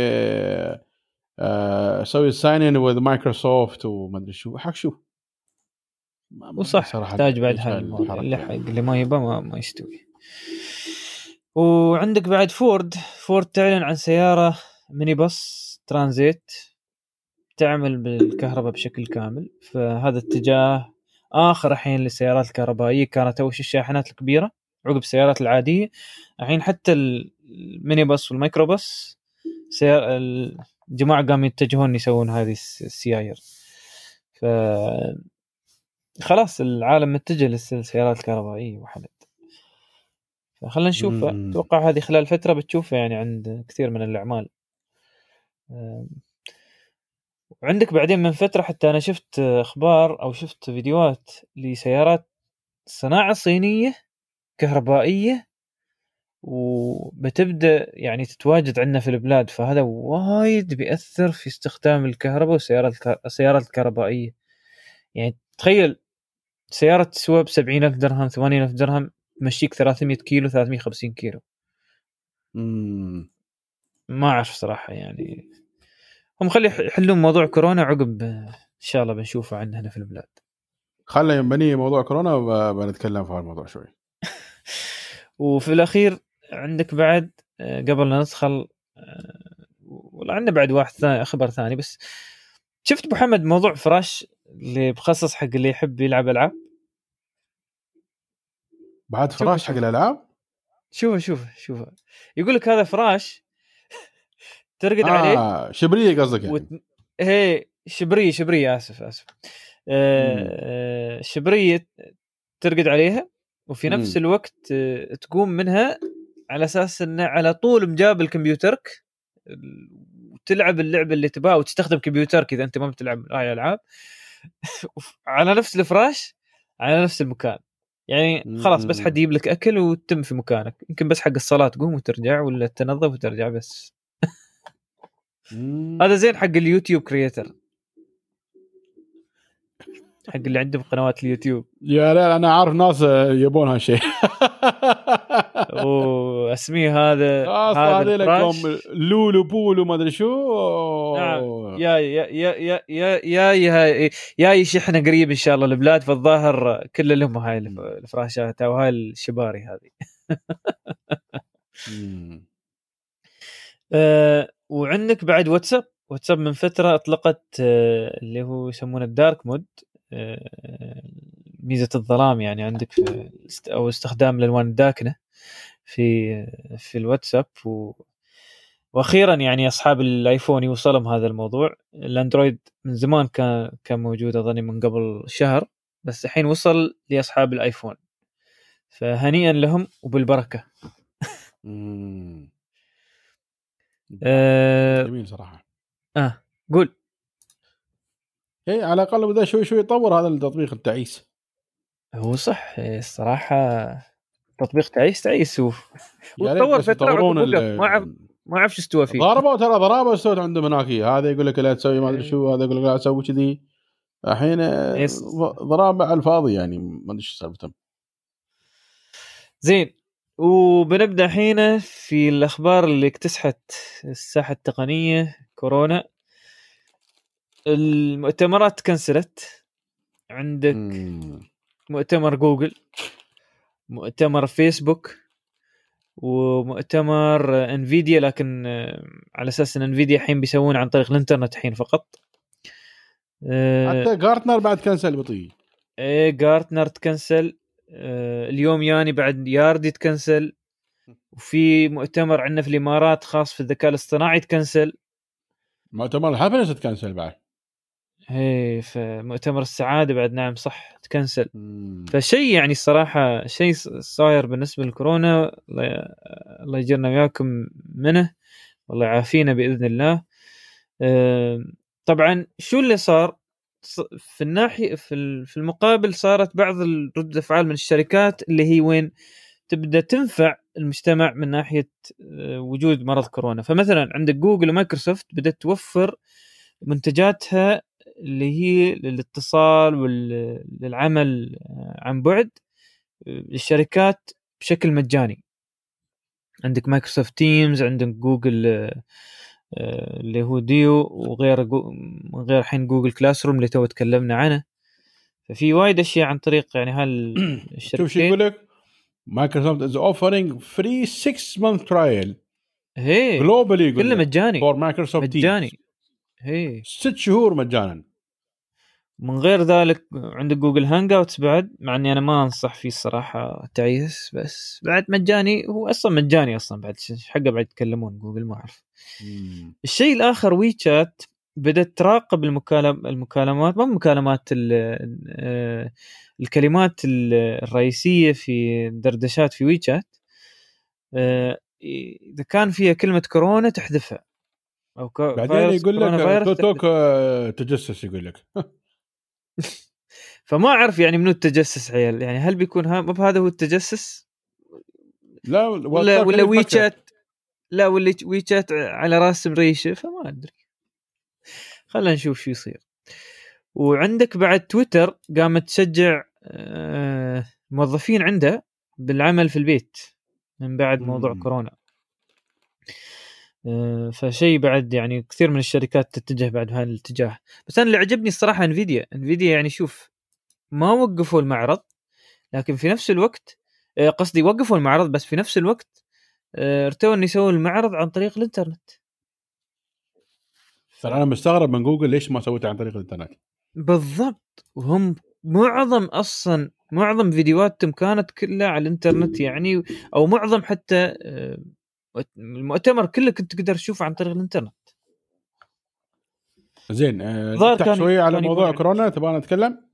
اسوي ساين ان وذ مايكروسوفت وما ادري شو حق شو. وصح يحتاج بعد هالموضوع اللي حق اللي ما يبغى ما, ما يستوي. وعندك بعد فورد فورد تعلن عن سياره ميني باص ترانزيت تعمل بالكهرباء بشكل كامل. فهذا اتجاه آخر الحين للسيارات الكهربائية. كانت أول شيء الشاحنات الكبيرة عقب السيارات العادية، الحين حتى الميني باص والمايكرو باص سيار الجماعة قاموا يتجهون يسوون هذه السياير. ف خلاص العالم متجه للسيارات الكهربائية وحمد. فخلنا نشوف، أتوقع هذه خلال فترة بتشوفها يعني عند كثير من الأعمال. وعندك بعدين من فترة حتى أنا شفت أخبار أو شفت فيديوهات لسيارات صناعة صينية كهربائية وبتبدأ يعني تتواجد عندنا في البلاد. فهذا وايد بيأثر في استخدام الكهرباء والسيارات السيارات الكهربائية. يعني تخيل سيارة تسوى بسبعين ألف درهم ثمانين ألف درهم تمشيك ثلاثمية كيلو ثلاثمية وخمسين كيلو. مم. ما أعرف صراحة. يعني هم خلي يحلون موضوع كورونا عقب إن شاء الله بنشوفه عندنا هنا في البلاد. خلنا ينبني موضوع كورونا وبنتكلم في الموضوع شوي. وفي الأخير عندك بعد قبل لا ندخل والله عندنا بعد واحد ثاني خبر ثاني. بس شفت أبو محمد موضوع فراش اللي بخصص حق اللي يحب يلعب ألعاب؟ بعد فراش حق الألعاب؟ شوفه شوفه شوفه يقول لك هذا فراش ترقد آه عليه. شبرية قصدك يعني؟ وت... هي شبرية شبرية آسف آسف آه شبرية ترقد عليها وفي نفس الوقت تقوم منها على اساس انه على طول مجاب الكمبيوترك وتلعب اللعبه اللي تبغاها وتستخدم كمبيوترك اذا انت ما بتلعب اي العاب على نفس الفراش على نفس المكان. يعني خلاص بس حد يجيب لك اكل وتتم في مكانك، يمكن بس حق الصلاه تقوم وترجع ولا تنظف وترجع بس. هذا زين حق اليوتيوب كرييتر، حق اللي عندهم قنوات اليوتيوب. يا لا انا عارف ناس يبون هالشيء. واسميه هذا هذا لكم لولو بولو ما ادري شو. نعم يا يا يا يا يا يا يا يشحن قريب ان شاء الله البلاد، فالظاهر كل لهم هاي الفراشات او هاي الشباري هذه. أه وعندك بعد واتساب. واتساب من فتره اطلقت أه اللي هو يسمونه الدارك مود، أه ميزه الظلام يعني عندك في او استخدام الالوان الداكنه في في الواتساب. و واخيرا يعني اصحاب الايفون يوصلهم هذا الموضوع. الاندرويد من زمان كان كان موجود اظني من قبل شهر، بس الحين وصل لاصحاب الايفون، فهنيئا لهم وبالبركه. أه جميل صراحه. اه قول. اي على الاقل بدا شوي شوي يطور هذا التطبيق التعيس. هو صح الصراحه تطبيق تعيس تعيس و... وتطور فتره ما اعرف ما اعرف شو استوى فيه. ضربوا ترى ضربوا استوت عندهم هناك، هذا يقول لك لا تسوي ما ادري شو، هذا يقول لك لا تسوي كذي. الحين ضرب على الفاضي يعني ما ادري ايش سالفتهم. زين وبنبدا الحين في الاخبار اللي اكتسحت الساحه التقنيه. كورونا، المؤتمرات تكنسلت. عندك مم. مؤتمر جوجل، مؤتمر فيسبوك، ومؤتمر انفيديا، لكن على اساس ان انفيديا الحين بيسوون عن طريق الانترنت الحين فقط. حتى جارتنر بعد كنسل بطيء. ايه جارتنر تكنسل اليوم، يعني بعد ياردي تكنسل. وفي مؤتمر عندنا في الامارات خاص في الذكاء الاصطناعي تكنسل. مؤتمر الهابنس تكنسل بعد. ايه فمؤتمر السعاده بعد نعم صح تكنسل. فشيء يعني الصراحه شيء صاير بالنسبه للكورونا، الله يجرنا وياكم منه والله يعافينا باذن الله. طبعا شو اللي صار في الناحيه في المقابل؟ صارت بعض ردود افعال من الشركات اللي هي وين تبدا تنفع المجتمع من ناحيه وجود مرض كورونا. فمثلا عندك جوجل ومايكروسوفت بدات توفر منتجاتها اللي هي للاتصال والعمل عن بعد للشركات بشكل مجاني. عندك مايكروسوفت تيمز، عندك جوجل اللي هو ديو، وغير غير الحين جوجل كلاس روم اللي تو تكلمنا عنه. ففي وايد اشياء عن طريق يعني هالشركتين. شوف شو يقول لك مايكروسوفت is offering free six month trial هي globally كله مجاني for Microsoft مجاني Teams. هي ست شهور مجانا. من غير ذلك عندك جوجل هانج اوتس بعد، مع اني انا ما انصح فيه الصراحه تعيس، بس بعد مجاني. هو اصلا مجاني اصلا بعد حقه بعد يتكلمون جوجل ما اعرف. الشيء الاخر وي شات بدات تراقب المكالم المكالمات ما مكالمات الكلمات الرئيسيه في دردشات في وي شات، اذا كان فيها كلمه كورونا تحذفها او كو... بعدين يقول لك توك تجسس يقول لك. فما اعرف يعني منو التجسس عيال، يعني هل بيكون ها هذا هو التجسس؟ لا ولا ولا وي شات، لا ولا وي شات على راس مريشه، فما ادري. خلينا نشوف شو يصير. وعندك بعد تويتر قامت تشجع الموظفين عندها بالعمل في البيت من بعد موضوع مم. كورونا. فشيء بعد يعني كثير من الشركات تتجه بعد هذا الاتجاه. بس انا اللي عجبني الصراحه انفيديا انفيديا يعني شوف ما وقفوا المعرض، لكن في نفس الوقت قصدي وقفوا المعرض بس في نفس الوقت ارتوا ان يسووا المعرض عن طريق الانترنت. ترى انا مستغرب من جوجل ليش ما سويته عن طريق الانترنت بالضبط، وهم معظم اصلا معظم فيديوهاتهم كانت كلها على الانترنت يعني، او معظم حتى المؤتمر كله كنت تقدر تشوفه عن طريق الانترنت. زين نفتح شوي على موضوع كورونا تبغى نتكلم؟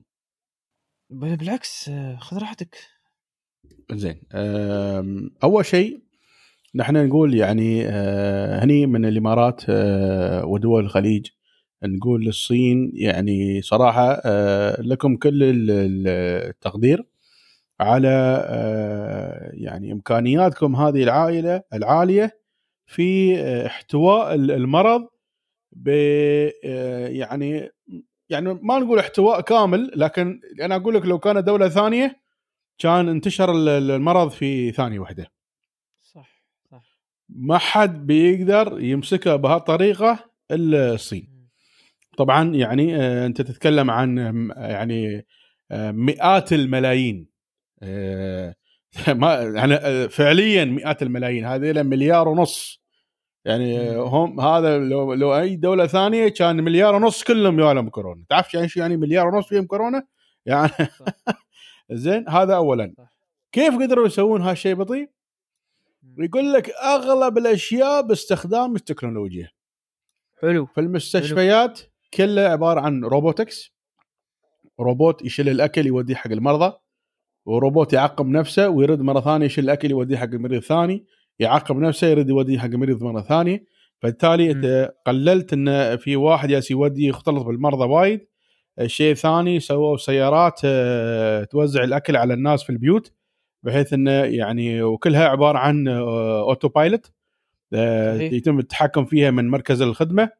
بالعكس خذ راحتك. زين اول شيء نحن نقول يعني آه هني من الإمارات آه ودول الخليج، نقول للصين يعني صراحة آه لكم كل التقدير على آه يعني إمكانياتكم هذه العائلة العالية في آه احتواء المرض ب آه يعني يعني ما نقول احتواء كامل، لكن أنا أقول لك لو كانت دولة ثانية كان انتشر المرض في ثانية واحدة. صح صح. ما حد بيقدر يمسكه بهالطريقة إلا الصين. طبعا يعني آه أنت تتكلم عن يعني آه مئات الملايين، آه ما يعني فعليا مئات الملايين، هذه مليار ونص يعني. هم هذا لو لو اي دوله ثانيه كان مليار ونص كلهم يالهم كورونا. تعرف يعني شو يعني مليار ونص فيهم كورونا يعني؟ زين، هذا اولا. صح. كيف قدروا يسوون هالشيء بطيء؟ يقول لك اغلب الاشياء باستخدام التكنولوجيا. حلو. في المستشفيات كلها عباره عن روبوتكس، روبوت يشيل الاكل يوديه حق المرضى، وروبوت يعقم نفسه ويرد مره ثانيه يشيل الاكل يوديه حق مريض ثاني، يعقم نفسه يرد يوديه حق مريض مره ثانيه. فبالتالي انت قللت ان في واحد ياس يودي يختلط بالمرضى وايد. الشيء الثاني سووا سيارات توزع الاكل على الناس في البيوت، بحيث انه يعني وكلها عباره عن اوتو بايلوت يتم التحكم فيها من مركز الخدمه.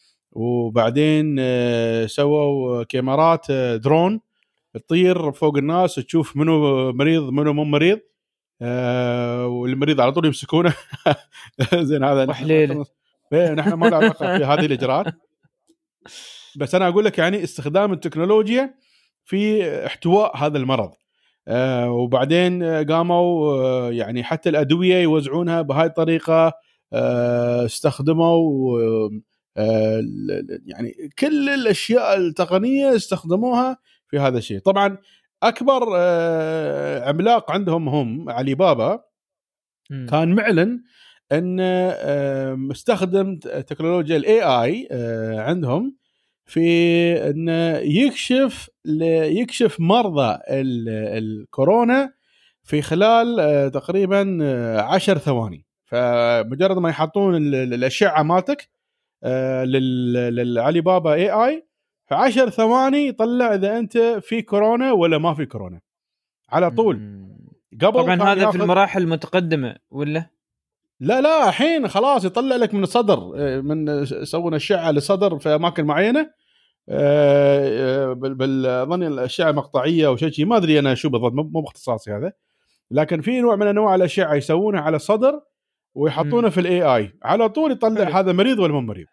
وبعدين سووا كاميرات درون تطير فوق الناس تشوف منو مريض منو مو مريض، آه والمريض على طول يمسكونه. زين، هذا نحن نحن ما له علاقه في هذه الاجراءات، بس انا اقول لك يعني استخدام التكنولوجيا في احتواء هذا المرض. آه وبعدين قاموا آه يعني حتى الادويه يوزعونها بهاي الطريقه. آه استخدموا آه يعني كل الاشياء التقنيه استخدموها في هذا الشيء. طبعا اكبر آه عملاق عندهم هم علي بابا م. كان معلن ان آه مستخدم تكنولوجيا الاي اي آه عندهم في انه يكشف يكشف مرضى الكورونا في خلال آه تقريبا عشر ثواني. فمجرد ما يحطون الاشعه مالتك آه للعلي بابا اي اي في عشر ثواني يطلع اذا انت في كورونا ولا ما في كورونا على طول. قبل طبعا هذا في المراحل المتقدمه ولا لا لا الحين خلاص يطلع لك من الصدر، من يسوون اشعه للصدر في اماكن معينه بالظن الاشعه مقطعيه او شيء ما ادري انا شو بالضبط، مو باختصاصي هذا، لكن في نوع من انواع الاشعه يسوونها على الصدر ويحطونه في الاي اي على طول يطلع حلو. هذا مريض ولا مو مريض.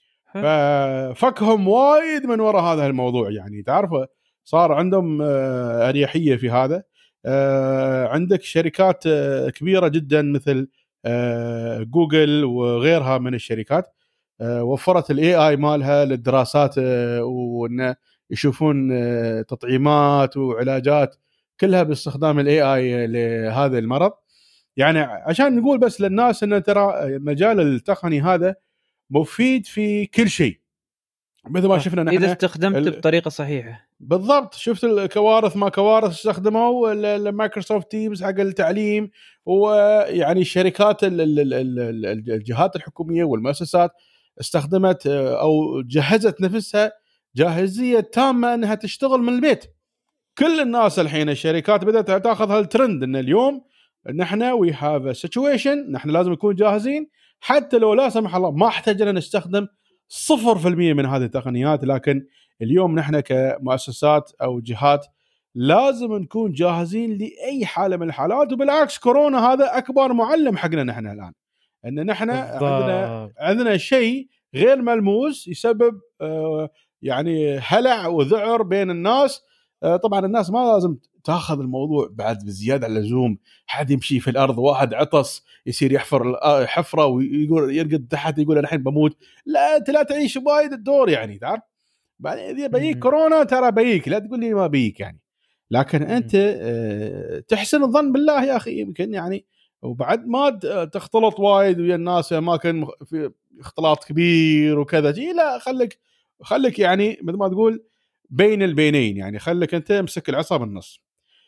ففكهم وايد من وراء هذا الموضوع، يعني تعرف صار عندهم اريحيه في هذا. عندك شركات كبيره جدا مثل جوجل وغيرها من الشركات وفرت الاي اي مالها للدراسات وان يشوفون تطعيمات وعلاجات كلها باستخدام الاي اي لهذا المرض. يعني عشان نقول بس للناس ان ترى مجال التقني هذا مفيد في كل شيء، مثل ما شفنا نحن اذا استخدمت ال... بطريقه صحيحه. بالضبط. شفت الكوارث ما كوارث استخدموا المايكروسوفت تيمز حق التعليم، ويعني الشركات الجهات الحكوميه والمؤسسات استخدمت او جهزت نفسها جاهزيه تامه انها تشتغل من البيت. كل الناس الحين الشركات بدات تاخذ هالترند ان اليوم نحن وي هاف سيتويشن، نحن لازم نكون جاهزين حتى لو لا سمح الله ما احتاجنا نستخدم صفر في المية من هذه التقنيات، لكن اليوم نحن كمؤسسات أو جهات لازم نكون جاهزين لأي حالة من الحالات. وبالعكس كورونا هذا أكبر معلم حقنا نحن الآن، أن نحن عندنا عندنا شيء غير ملموس يسبب آه يعني هلع وذعر بين الناس. آه طبعا الناس ما لازم تاخذ الموضوع بعد بزيادة على اللزوم. حد يمشي في الأرض واحد عطس يصير يحفر حفرة ويقول يرقد تحت يقول الحين بموت. لا انت لا تعيش بايد الدور، يعني تعرف بعدين اذا بيك كورونا ترى بيك، لا تقول لي ما بيك يعني. لكن انت اه تحسن الظن بالله يا اخي يمكن يعني، وبعد ما تختلط وايد ويا الناس في اماكن في اختلاط كبير وكذا جي، لا خليك خليك يعني مثل ما تقول بين البينين، يعني خليك انت امسك العصا بالنص.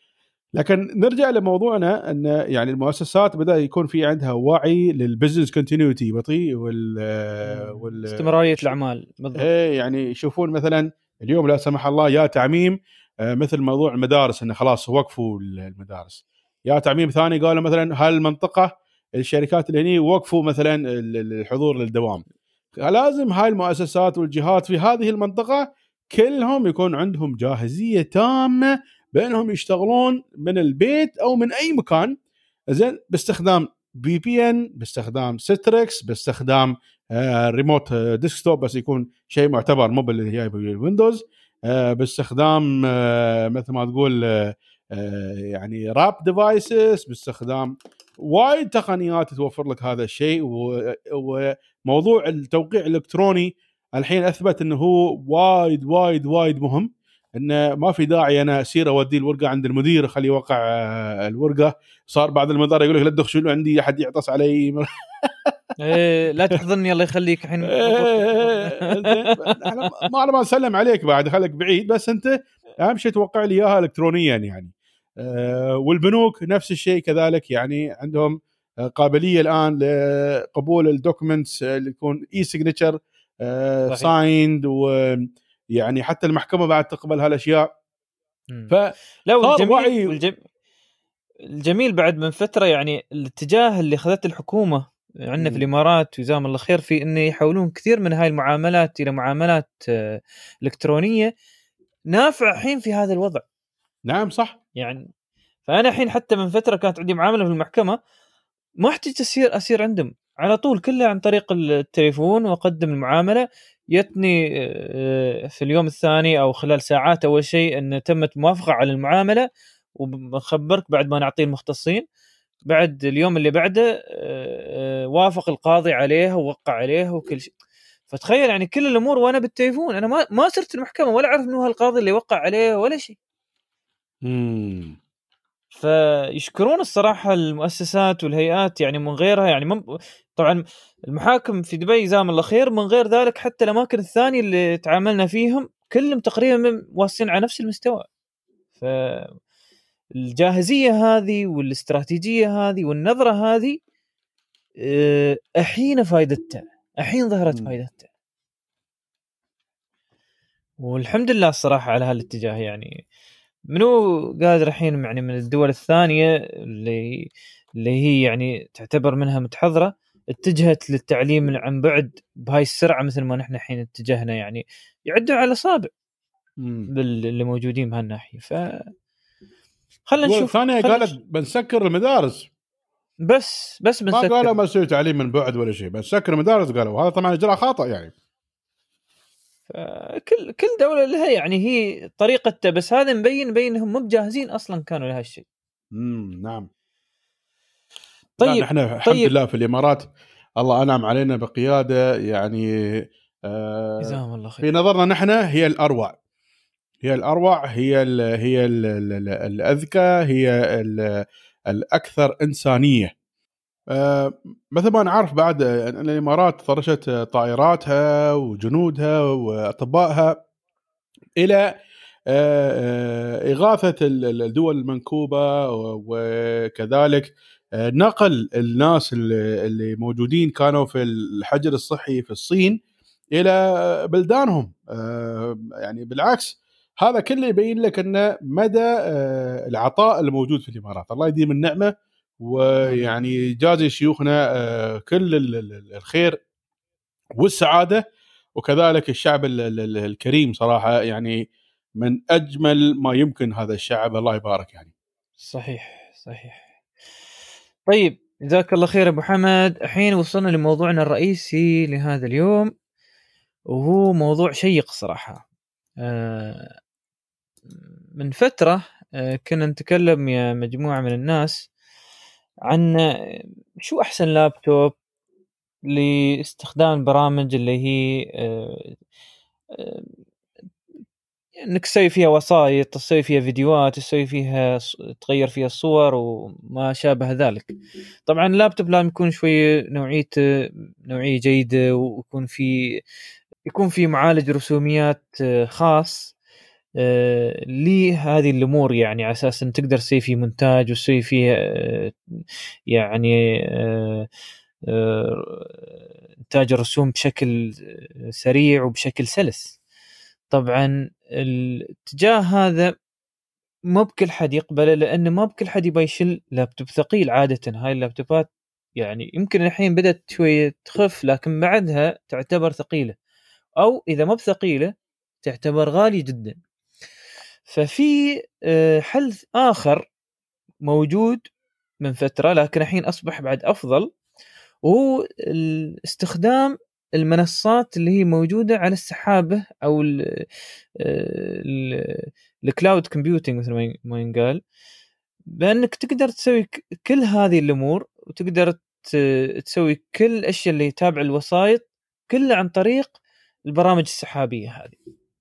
لكن نرجع لموضوعنا ان يعني المؤسسات بدا يكون في عندها وعي للبزنس كونتينيوتي بطيء وال وال استمراريه الاعمال بالضبط. ايه يعني يشوفون مثلا اليوم لا سمح الله يا تعميم مثل موضوع المدارس انه خلاص وقفوا المدارس، يا تعميم ثاني قالوا مثلا هالمنطقه الشركات اللي هني وقفوا مثلا الحضور للدوام. لازم هاي المؤسسات والجهات في هذه المنطقه كلهم يكون عندهم جاهزيه تامه بانهم يشتغلون من البيت او من اي مكان، زين، باستخدام في بي ان، باستخدام ستريكس، باستخدام آه ريموت آه ديسكتوب بس يكون شيء معتبر مو اللي جاي بالويندوز، آه باستخدام آه مثل ما تقول آه يعني راب ديفايسز، باستخدام وايد تقنيات توفر لك هذا الشيء. وموضوع التوقيع الالكتروني الحين اثبت انه هو وايد وايد وايد مهم، انه ما في داعي انا اسير اودي الورقه عند المدير خليه يوقع الورقه، صار بعد المدار يقول لك لا تدخلوا عندي احد يعطس علي ايه لا تحضني الله يخليك الحين احنا ما ما نسلم عليك بعد خليك بعيد، بس انت اهم شيء توقع لي اياها الكترونيا يعني. أه والبنوك نفس الشيء كذلك، يعني عندهم قابليه الان لقبول الدوكيومنتس اللي يكون اي سيجنتشر أه سايند، ويعني حتى المحكمه بعد تقبل هالاشياء. ف لا والجميل والجم... الجميل بعد من فتره يعني الاتجاه اللي اخذته الحكومه عندنا في الامارات وجزاهم الله خير في انه يحولون كثير من هاي المعاملات الى معاملات الكترونيه نافع الحين في هذا الوضع. نعم صح. يعني فانا الحين حتى من فتره كانت عندي معامله في المحكمه ما احتاج اسير اسير عندهم، على طول كله عن طريق التليفون واقدم المعامله، يتني في اليوم الثاني او خلال ساعات اول شيء ان تمت موافقه على المعامله، وبخبرك بعد ما نعطيه المختصين بعد اليوم اللي بعده وافق القاضي عليها ووقع عليها وكل شيء. فتخيل يعني كل الامور وانا بالتليفون، انا ما ما صرت المحكمه ولا اعرف انه هالقاضي اللي وقع عليه ولا شيء. امم فيشكرون الصراحه المؤسسات والهيئات يعني من غيرها يعني من... طبعا المحاكم في دبي جزاهم الله خير، من غير ذلك حتى الاماكن الثانيه اللي تعاملنا فيهم كلهم تقريبا واصلين على نفس المستوى. ف الجاهزيه هذه والاستراتيجيه هذه والنظره هذه الحين فائدتها، الحين ظهرت فائدتها، والحمد لله الصراحه على هالاتجاه. يعني منو قادر الحين يعني من الدول الثانيه اللي اللي هي يعني تعتبر منها متحضره اتجهت للتعليم عن بعد بهاي السرعه مثل ما نحن الحين اتجهنا، يعني يعدوا على اصابع اللي موجودين بهالناحيه. ف خلينا نشوف. ثانيه قالت بنسكر المدارس، بس بس بنسكر، ما قالوا ما يصير تعليم من بعد ولا شيء، بنسكر المدارس قالوا. هذا طبعا اجراء خاطئ يعني. كل كل دوله لها يعني هي طريقتها، بس هذا مبين مبين انهم مو جاهزين اصلا كانوا لهالشيء. امم نعم. طيب نحن الحمد طيب. لله في الامارات الله انعم علينا بقياده يعني آه جزاهم الله خير. في نظرنا نحن هي الاروع، هي الاروع، هي ال هي ال الاذكى، هي ال الاكثر انسانيه. آه مثل ما نعرف بعد ان الامارات فرشت طائراتها وجنودها واطبائها الى آه اغاثه الدول المنكوبه، وكذلك نقل الناس اللي موجودين كانوا في الحجر الصحي في الصين الى بلدانهم. يعني بالعكس هذا كله يبين لك ان مدى العطاء الموجود في الامارات. الله يديم النعمه، ويعني يجازي شيوخنا كل الخير والسعاده، وكذلك الشعب الكريم صراحه يعني من اجمل ما يمكن هذا الشعب، الله يبارك يعني. صحيح صحيح. طيب جزاك الله خير ابو حمد. الحين وصلنا لموضوعنا الرئيسي لهذا اليوم، وهو موضوع شيق صراحه. آه من فتره آه كنا نتكلم يا مجموعه من الناس عن شو احسن لابتوب لاستخدام البرامج اللي هي آه آه انك تسوي فيها وسائط، تسوي فيها فيديوهات، تسوي فيها تغير فيها الصور وما شابه ذلك. طبعا اللابتوب لازم يكون شوي نوعيته نوعيه جيده، ويكون في يكون في معالج رسوميات خاص آه لهذه الأمور، يعني على أساس أن تقدر تسوي فيه مونتاج وتسوي فيه آه يعني آه إنتاج الرسوم بشكل سريع وبشكل سلس. طبعا الاتجاه هذا ما بكل حد يقبله، لأنه ما بكل حد يبي يشيل لابتوب ثقيل. عادة هاي اللابتوبات يعني يمكن الحين بدأت شوية تخف، لكن بعدها تعتبر ثقيلة، أو إذا ما بثقيلة تعتبر غالي جدا. ففي حل آخر موجود من فترة لكن الحين أصبح بعد أفضل، وهو استخدام المنصات اللي هي موجودة على السحابة أو الكلاود كومبيوتينج مثل ما ينقال، بأنك تقدر تسوي كل هذه الأمور، وتقدر تسوي كل الأشياء اللي تابع الوسائط كلها عن طريق البرامج السحابية هذه.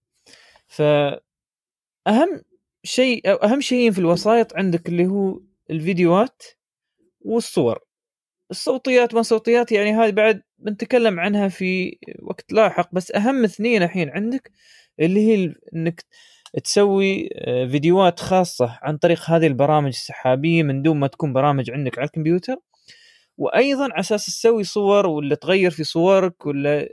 فأهم شيء أو أهم شيئين في الوسائط عندك اللي هو الفيديوهات والصور. الصوتيات ما صوتيات يعني هذه بعد بنتكلم عنها في وقت لاحق، بس أهم اثنين الحين عندك اللي هي إنك تسوي فيديوهات خاصة عن طريق هذه البرامج السحابية من دون ما تكون برامج عندك على الكمبيوتر، وأيضا على أساس تسوي صور ولا تغير في صورك ولا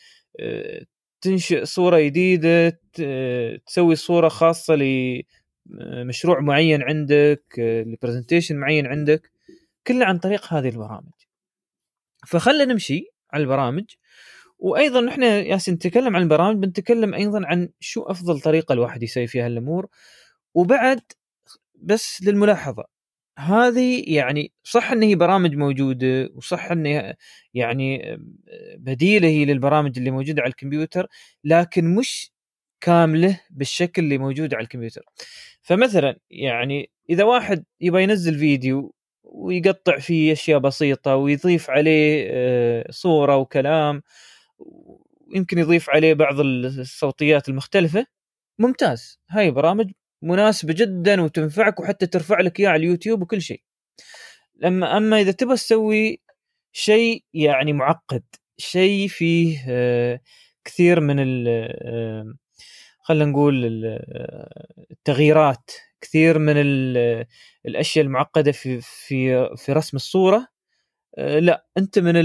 تنشئ صورة جديدة، تسوي صورة خاصة لمشروع معين عندك، لبرزنتيشن معين عندك، كله عن طريق هذه البرامج. فخلنا نمشي على البرامج، وأيضا نحن ياسين نتكلم عن البرامج بنتكلم أيضا عن شو أفضل طريقة الواحد يسوي فيها الأمور. وبعد بس للملاحظة، هذه يعني صح أن هي برامج موجودة، وصح أن يعني بديلة هي للبرامج اللي موجودة على الكمبيوتر، لكن مش كاملة بالشكل اللي موجود على الكمبيوتر. فمثلا يعني إذا واحد يبغى ينزل فيديو ويقطع فيه أشياء بسيطة ويضيف عليه صورة وكلام، ويمكن يضيف عليه بعض الصوتيات المختلفة، ممتاز، هاي برامج مناسبة جدا وتنفعك، وحتى ترفع لك إياه على اليوتيوب وكل شيء. لما أما إذا تبغى تسوي شيء يعني معقد، شيء فيه كثير من ال خلينا نقول التغييرات، كثير من الأشياء المعقدة في في في رسم الصورة، لا أنت من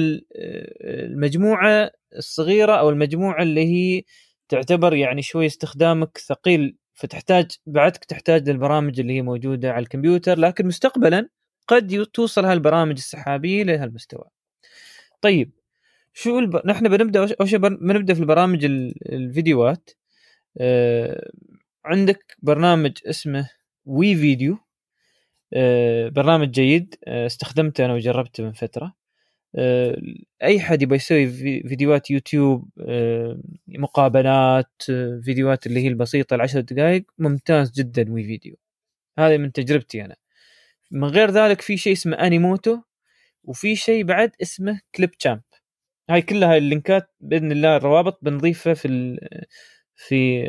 المجموعة الصغيرة أو المجموعة اللي هي تعتبر يعني شوي استخدامك ثقيل، فتحتاج بعدك تحتاج للبرامج اللي هي موجودة على الكمبيوتر، لكن مستقبلا قد توصل هالبرامج السحابية لهالمستوى. طيب شو الب... نحن بنبدأ أو شو بنبدأ في البرامج الفيديوهات. آه... عندك برنامج اسمه وي فيديو، آه... برنامج جيد، آه... استخدمته أنا وجربته من فترة. آه... أي حد يبغى يسوي في... فيديوهات يوتيوب، آه... مقابلات، آه... فيديوهات اللي هي البسيطة العشر دقائق، ممتاز جدا وي فيديو. هذا من تجربتي أنا. من غير ذلك في شيء اسمه أنيموتو، وفي شيء بعد اسمه كليب تشامب. هاي كلها اللينكات بإذن الله الروابط بنضيفها في في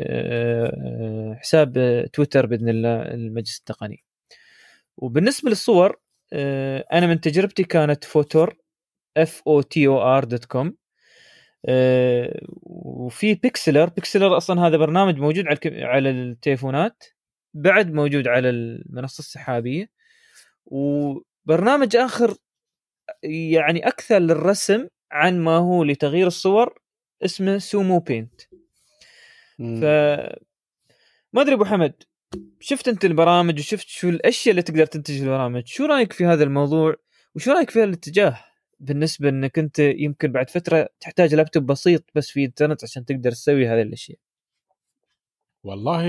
حساب تويتر بإذن الله المجلس التقني. وبالنسبة للصور، أنا من تجربتي كانت فوتور اف او تي او ار دوت كوم، وفي بيكسلر. بيكسلر أصلا هذا برنامج موجود على على التليفونات، بعد موجود على المنصة السحابية. وبرنامج آخر يعني أكثر للرسم عن ما هو لتغيير الصور اسمه سومو بينت. ف ما أدري أبو حمد، شفت أنت البرامج وشفت شو الأشياء اللي تقدر تنتج البرامج، شو رأيك في هذا الموضوع وشو رأيك في الاتجاه بالنسبة أنك أنت يمكن بعد فترة تحتاج لابتوب بسيط بس في إنترنت عشان تقدر تسوي هذه الأشياء؟ والله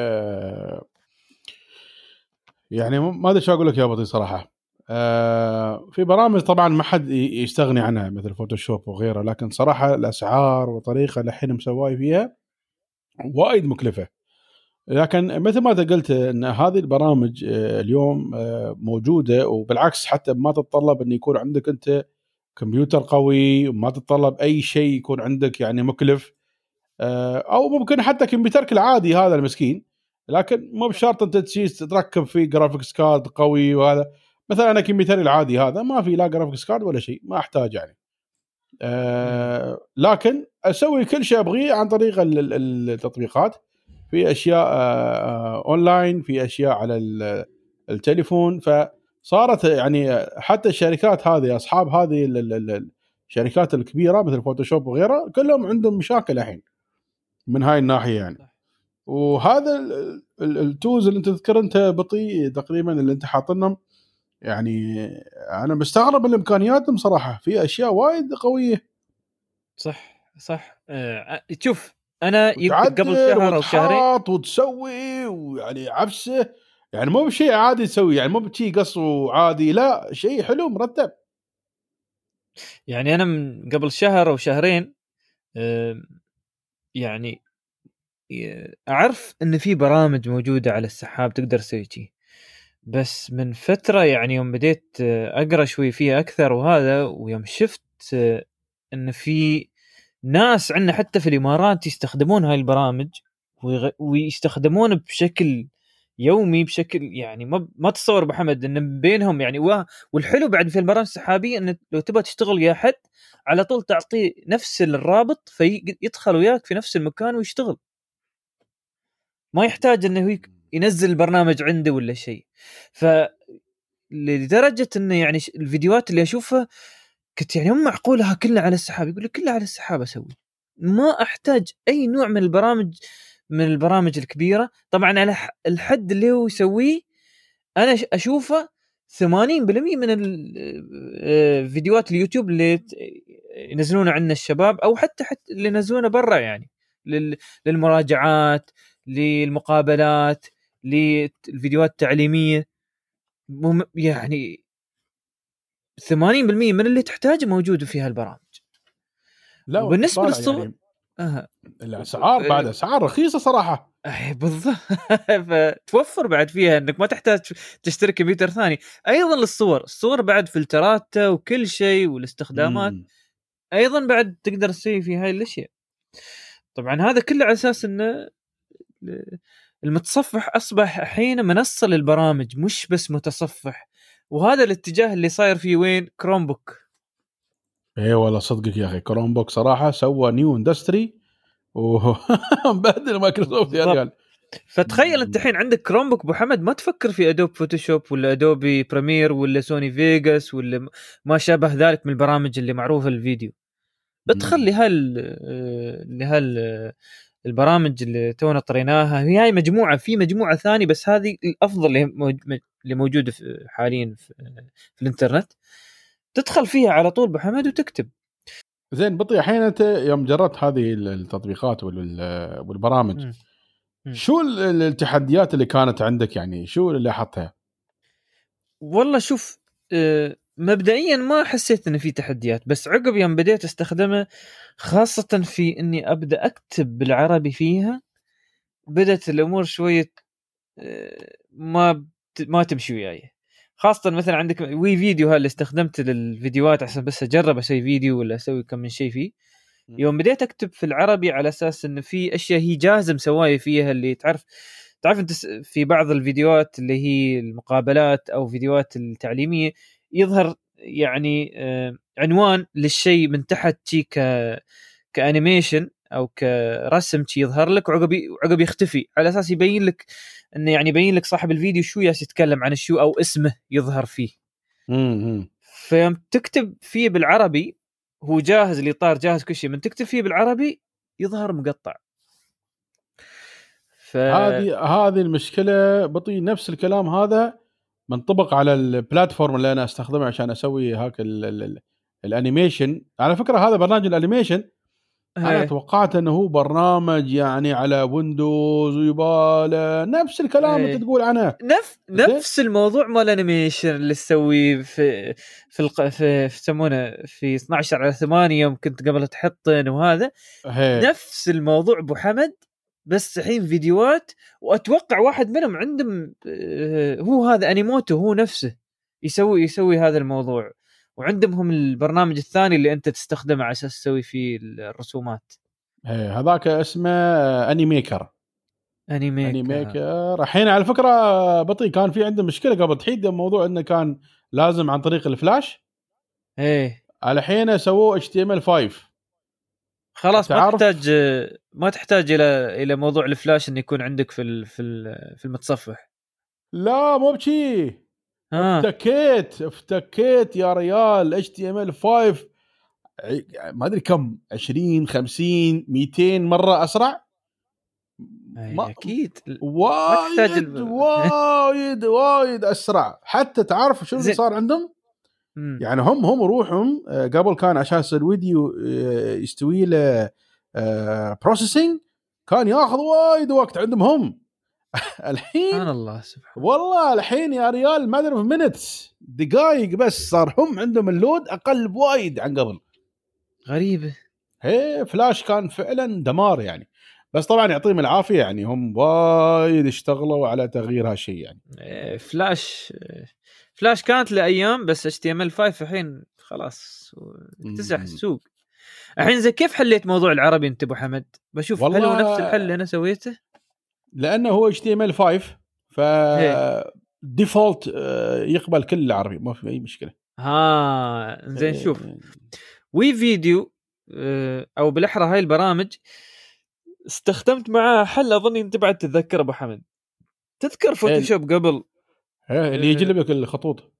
يعني ما أدري شو أقول لك يا بطي صراحة. في برامج طبعا ما حد يستغني عنها مثل فوتوشوب وغيره، لكن صراحة الأسعار وطريقة الحين مسواي فيها وايد مكلفة. لكن مثل ما أنت قلت أن هذه البرامج اليوم موجودة، وبالعكس حتى ما تتطلب أن يكون عندك أنت كمبيوتر قوي، وما تتطلب أي شيء يكون عندك يعني مكلف، أو ممكن حتى كمبيوترك العادي هذا المسكين، لكن مو بشرط أنت تشيز تركب فيه جرافيكس كارد قوي. وهذا مثلا أنا كمبيوتري العادي هذا ما في لا جرافيكس كارد ولا شيء، ما أحتاج يعني. أه لكن أسوي كل شيء أبغيه عن طريق التطبيقات. في اشياء اونلاين، في اشياء على التليفون. فصارت يعني حتى الشركات هذه اصحاب هذه الشركات الكبيره مثل فوتوشوب وغيرها كلهم عندهم مشاكل الحين من هاي الناحيه يعني. وهذا التوز اللي انت تذكر انت بطيء تقريبا اللي انت حاطنهم، يعني انا مستغرب من امكانياتهم صراحه، في اشياء وايد قويه. صح صح. أه شوف انا يمكن قبل شهر او شهرين وتسوي ويعني عفسه، يعني مو بشيء عادي تسوي، يعني مو بشيء قص وعادي، لا شيء حلو مرتب. يعني انا من قبل شهر او شهرين أه يعني اعرف ان في برامج موجوده على السحاب تقدر تسوي شيء، بس من فتره يعني يوم بديت اقرا شوي فيها اكثر وهذا، ويوم شفت ان في ناس عندنا حتى في الامارات يستخدمون هاي البرامج ويغ... ويستخدمون بشكل يومي، بشكل يعني ما ما تصور بحمد ان بينهم يعني و... والحلو بعد في البرامج السحابيه ان لو تبغى تشتغل ويا حد على طول تعطيه نفس الرابط فيدخل وياك في نفس المكان ويشتغل، ما يحتاج انه ينزل البرنامج عنده ولا شيء. ف لدرجه انه يعني الفيديوهات اللي اشوفها كنت يعني هم معقولها كلها على السحاب، يقول لك كلها على السحاب اسوي، ما احتاج اي نوع من البرامج من البرامج الكبيره. طبعا على الحد اللي هو يسويه انا اشوفه ثمانين بالمئة من الفيديوهات اليوتيوب اللي ينزلونه عندنا الشباب او حتى حتى اللي ينزلونه برا، يعني للمراجعات، للمقابلات، للفيديوهات التعليميه، يعني ثمانين بالمئة من اللي تحتاجه موجود في هالبرامج. لا وبالنسبه للصور يعني آه. الاسعار بعد اسعار رخيصه صراحه. اي بالضبط. فتوفر بعد فيها انك ما تحتاج تشتري كمبيوتر ثاني. ايضا للصور، الصور بعد فلتراته وكل شيء والاستخدامات مم. ايضا بعد تقدر تسوي في هاي الاشياء. طبعا هذا كله على اساس انه المتصفح اصبح الحين منصه للبرامج مش بس متصفح، وهذا الاتجاه اللي صاير فيه وين كروم بوك. ايه والله صدقك يا اخي كروم بوك صراحه سوى نيو اندستري ومبهدل مايكروسوفت يا رجال. فتخيل انت الحين عندك كروم بوك محمد، ما تفكر في ادوب فوتوشوب ولا ادوبي بريمير ولا سوني فيغاس ولا ما شابه ذلك من البرامج اللي معروفه للفيديو. ادخل لهال لهال البرامج اللي تونا طريناها، هي هاي مجموعه في مجموعه ثانيه بس هذه الافضل اللي موجوده حاليا في, في الانترنت، تدخل فيها على طول بحمد وتكتب. زين بطيء الحين انت يوم جربت هذه التطبيقات والبرامج م. م. شو التحديات اللي كانت عندك؟ يعني شو اللي لاحظتها؟ والله شوف مبدئيا ما حسيت ان في تحديات، بس عقب يوم بديت استخدمه خاصة في اني ابدا اكتب بالعربي فيها بدت الامور شوية ما ما تمشي وياي. خاصة مثلا عندك وي فيديو اللي استخدمت للفيديوهات عشان بس اجرب اسوي فيديو ولا اسوي كم من شيء فيه. يوم بديت اكتب في العربي على اساس انه في اشياء هي جاهزة مسواي فيها، اللي تعرف تعرف انت في بعض الفيديوهات اللي هي المقابلات او فيديوهات التعليميه يظهر يعني عنوان للشيء من تحت شيء ك كانيميشن او كرسم شيء يظهر لك وعقب عقب يختفي، على اساس يبين لك انه يعني يبين لك صاحب الفيديو شو ياس يتكلم عن الشو او اسمه يظهر فيه. امم فيوم تكتب فيه بالعربي هو جاهز، الاطار جاهز كل شيء، من تكتب فيه بالعربي يظهر مقطع. ف... هذه هذه المشكله بطيء. نفس الكلام هذا منطبق على البلاتفورم اللي انا استخدمه عشان اسوي هاك ال ال الانيميشن. على فكره هذا برنامج الانيميشن انا توقعت انه هو برنامج يعني على ويندوز ويباله نفس الكلام اللي تقول عنه، نفس نفس الموضوع مال الانيميشن اللي تسويه في في الق... في يسمونه في اثنا عشر على ثمانية يوم كنت قبل تحطن وهذا هي. نفس الموضوع ابو حمد، بس الحين فيديوهات، واتوقع واحد منهم عندهم هو هذا انيموتو هو نفسه يسوي يسوي هذا الموضوع، وعندهم البرنامج الثاني اللي انت تستخدمه على اساس تسوي فيه الرسومات هذاك اسمه انيميكر. انيميكر انيميكر الحين على فكره بطيء كان في عنده مشكله قبل تحيد الموضوع انه كان لازم عن طريق الفلاش. ايه الحين سووه اتش تي ام ال خمسة خلاص ما تحتاج ما تحتاج الى الى موضوع الفلاش انه يكون عندك في في في المتصفح. لا مو بشي، افتكيت افتكيت يا ريال. اتش تي ام ال خمسة ما ادري كم، عشرين خمسين مئتين مره اسرع. ما اكيد وايد ال... وايد وايد اسرع. حتى تعرف شو اللي صار عندهم؟ مم. يعني هم هم روحهم قبل كان عشان الفيديو يستوي له بروسيسنج كان ياخذ وايد وقت عندهم هم. الحين سبحان الله سبحان والله الحين يا ريال ما ادري مينتس دقائق بس صار هم عندهم اللود اقل بوايد عن قبل. غريبه. هي فلاش كان فعلا دمار يعني. بس طبعا يعطيهم العافيه يعني هم وايد اشتغلوا على تغيير هالشيء يعني. فلاش فلاش كانت لايام، بس اتش تي ام ال خمسة الحين خلاص اكتسح السوق. الحين زي كيف حليت موضوع العربي انت ابو حمد؟ بشوف هل هو نفس الحل اللي انا سويته؟ لانه هو اتش تي ام ال خمسة ف ديفولت يقبل كل العربي ما في اي مشكله. ها زين شوف وي فيديو او بالاحرى هاي البرامج استخدمت معاها حل اظن انت بعد تتذكر ابو حمد. تذكر فوتوشوب قبل اللي يجلب لك الخطوط؟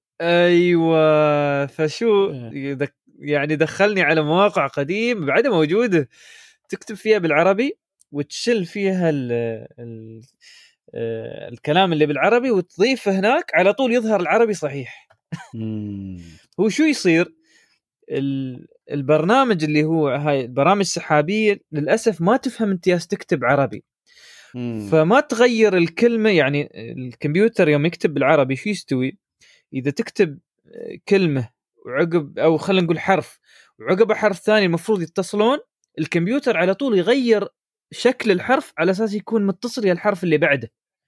ايوه. فشو يدك يعني دخلني على مواقع قديم بعدها موجوده تكتب فيها بالعربي وتشل فيها ال ال الكلام اللي بالعربي وتضيفه هناك على طول يظهر العربي صحيح. هو شو يصير البرنامج اللي هو هاي البرامج السحابيه للاسف ما تفهم انت ياس تكتب عربي مم. فما تغير الكلمه. يعني الكمبيوتر يوم يكتب بالعربي شو يستوي؟ اذا تكتب كلمه وعقب او خلينا نقول حرف وعقب حرف ثاني المفروض يتصلون، الكمبيوتر على طول يغير شكل الحرف على اساس يكون متصل يا الحرف اللي بعده.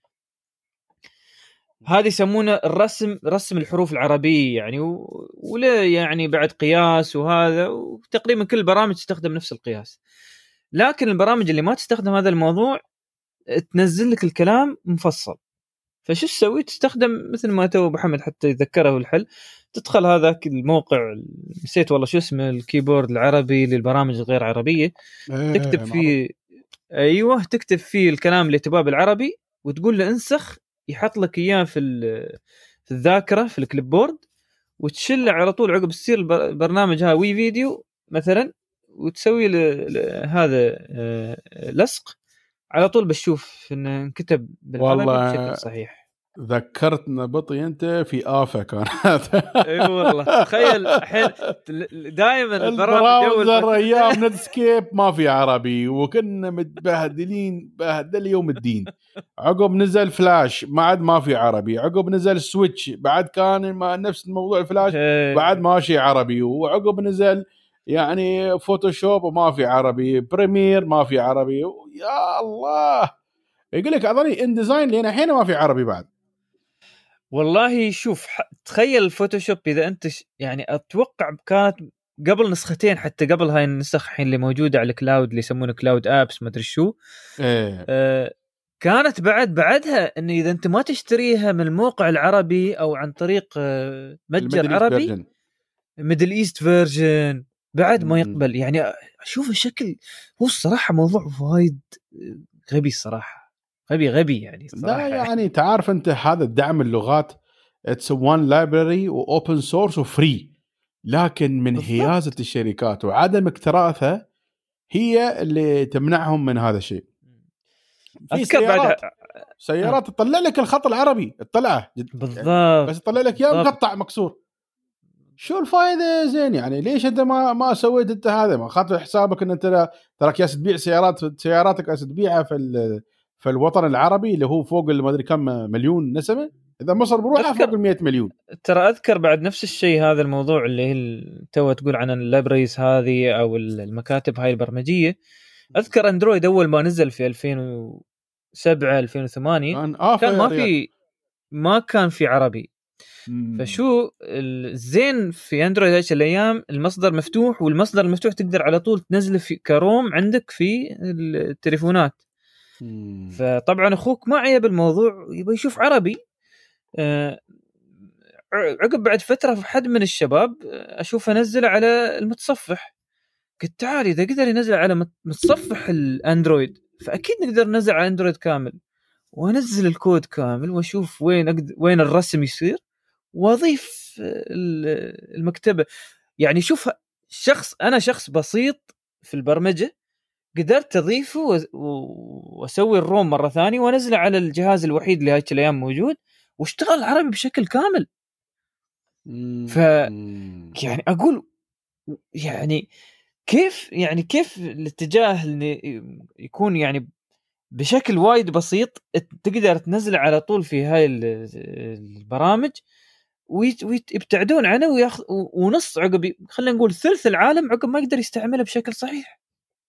هذه يسمونه الرسم رسم الحروف العربيه يعني و... ولا يعني بعد قياس وهذا، وتقريبا كل البرامج تستخدم نفس القياس. لكن البرامج اللي ما تستخدم هذا الموضوع تنزل لك الكلام مفصل. فشو تسوي؟ تستخدم مثل ما تو ابو حمد حتى يذكره الحل، تدخل هذاك الموقع نسيت والله شو اسمه الكيبورد العربي للبرامج الغير عربيه، تكتب فيه ايوه تكتب فيه الكلام اللي تباه بالعربي وتقول له انسخ، يحط لك اياه في في الذاكره في الكليب بورد وتشله على طول عقب تصير البرنامج ها وي فيديو مثلا وتسوي هذا لصق على طول بشوف انه انكتب بالعربي بشكل صحيح. ذكرتنا بطي انت في آفة كانت. اي والله تخيل الحين دائما البراوزر ايام نتسكيب ما في عربي وكنا متبهدلين بهدل يوم الدين. عقب نزل فلاش بعد ما في عربي، عقب نزل سويتش بعد كان ما نفس الموضوع الفلاش بعد ماشي عربي، وعقب نزل يعني فوتوشوب وما في عربي، بريمير ما في عربي. يا الله يقول لك اظني ان ديزاين لين الحين ما في عربي بعد. والله شوف تخيل الفوتوشوب اذا انت يعني اتوقع كانت قبل نسختين حتى قبل هاي النسخ الحين اللي موجوده على الكلاود اللي يسمونه كلاود ابس ما ادري شو ايه. آه كانت بعد بعدها انه اذا انت ما تشتريها من الموقع العربي او عن طريق آه متجر عربي ميدل ايست فيرجن بعد ما يقبل. يعني اشوف الشكل هو الصراحه موضوع وايد غبي الصراحه، غبي غبي يعني صراحة. لا يعني تعرف انت هذا الدعم اللغات اتس وان لايبراري واوبن سورس وفري، لكن من بالضبط. هيازة الشركات وعدم اكتراثها هي اللي تمنعهم من هذا الشيء. في سيارات سيارات تطلع لك الخط العربي تطلعه بالضبط بس تطلع لك يا مقطع مكسور. شو الفائدة زين يعني؟ ليش انت ما ما سويت انت هذا؟ ما اخذت حسابك ان انت تراك ياس تبيع سيارات سياراتك ياس تبيعها في في الوطن العربي اللي هو فوق ما ادري كم مليون نسمه، اذا مصر بروحها فوق ال مئة مليون. ترى اذكر بعد نفس الشيء هذا الموضوع اللي هي تو تقول عن اللايبريز هذه او المكاتب هاي البرمجيه. اذكر اندرويد اول ما نزل في ألفين وسبعة ألفين وثمانية كان, كان ما في ما كان في عربي. مم. فشو الزين في اندرويد هاي الايام المصدر مفتوح، والمصدر المفتوح تقدر على طول تنزله في كروم عندك في التليفونات. مم. فطبعا اخوك ما عيب الموضوع يبغى يشوف عربي. آه عقب بعد فتره في حد من الشباب اشوفه نزله على المتصفح قلت تعال اذا قدر ينزل على متصفح الاندرويد فاكيد نقدر ننزل على اندرويد كامل، وانزل الكود كامل واشوف وين أقدر وين الرسم يصير واضيف المكتبه. يعني شوف شخص انا شخص بسيط في البرمجه قدرت اضيفه واسوي الروم مره ثانيه وانزله على الجهاز الوحيد اللي هايك الايام موجود واشتغل عربي بشكل كامل. ف يعني اقول يعني كيف يعني كيف الاتجاه اللي يكون يعني بشكل وايد بسيط تقدر تنزله على طول في هاي البرامج ويبتعدون عنه وياخذ ونص عقب خلينا نقول ثلث العالم عقب ما يقدر يستعمله بشكل صحيح.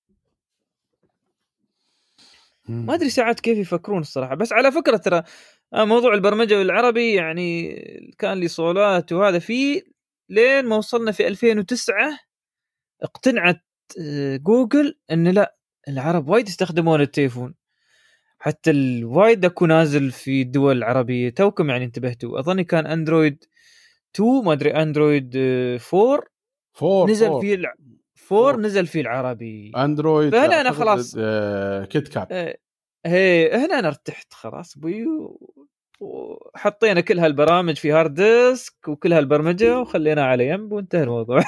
ما ادري ساعات كيف يفكرون الصراحه. بس على فكره ترى موضوع البرمجه بالعربي يعني كان لي صولات وهذا فيه لين ما وصلنا في ألفين وتسعة اقتنعت جوجل ان لا العرب وايد يستخدمون التليفون، حتى الوايد اكو نازل في الدول العربيه. توكم يعني انتبهتوا اظني كان اندرويد اثنين ما ادري اندرويد أربعة فور نزل فور. فيه الع... فور نزل فيه العربي اندرويد. فهنا انا خلاص آه كيت كات. آه هي هنا انا ارتحت خلاص بي وحطينا كل هالبرامج في هارد ديسك وكل هالبرمجه وخلينا على ينب وانتهى الموضوع.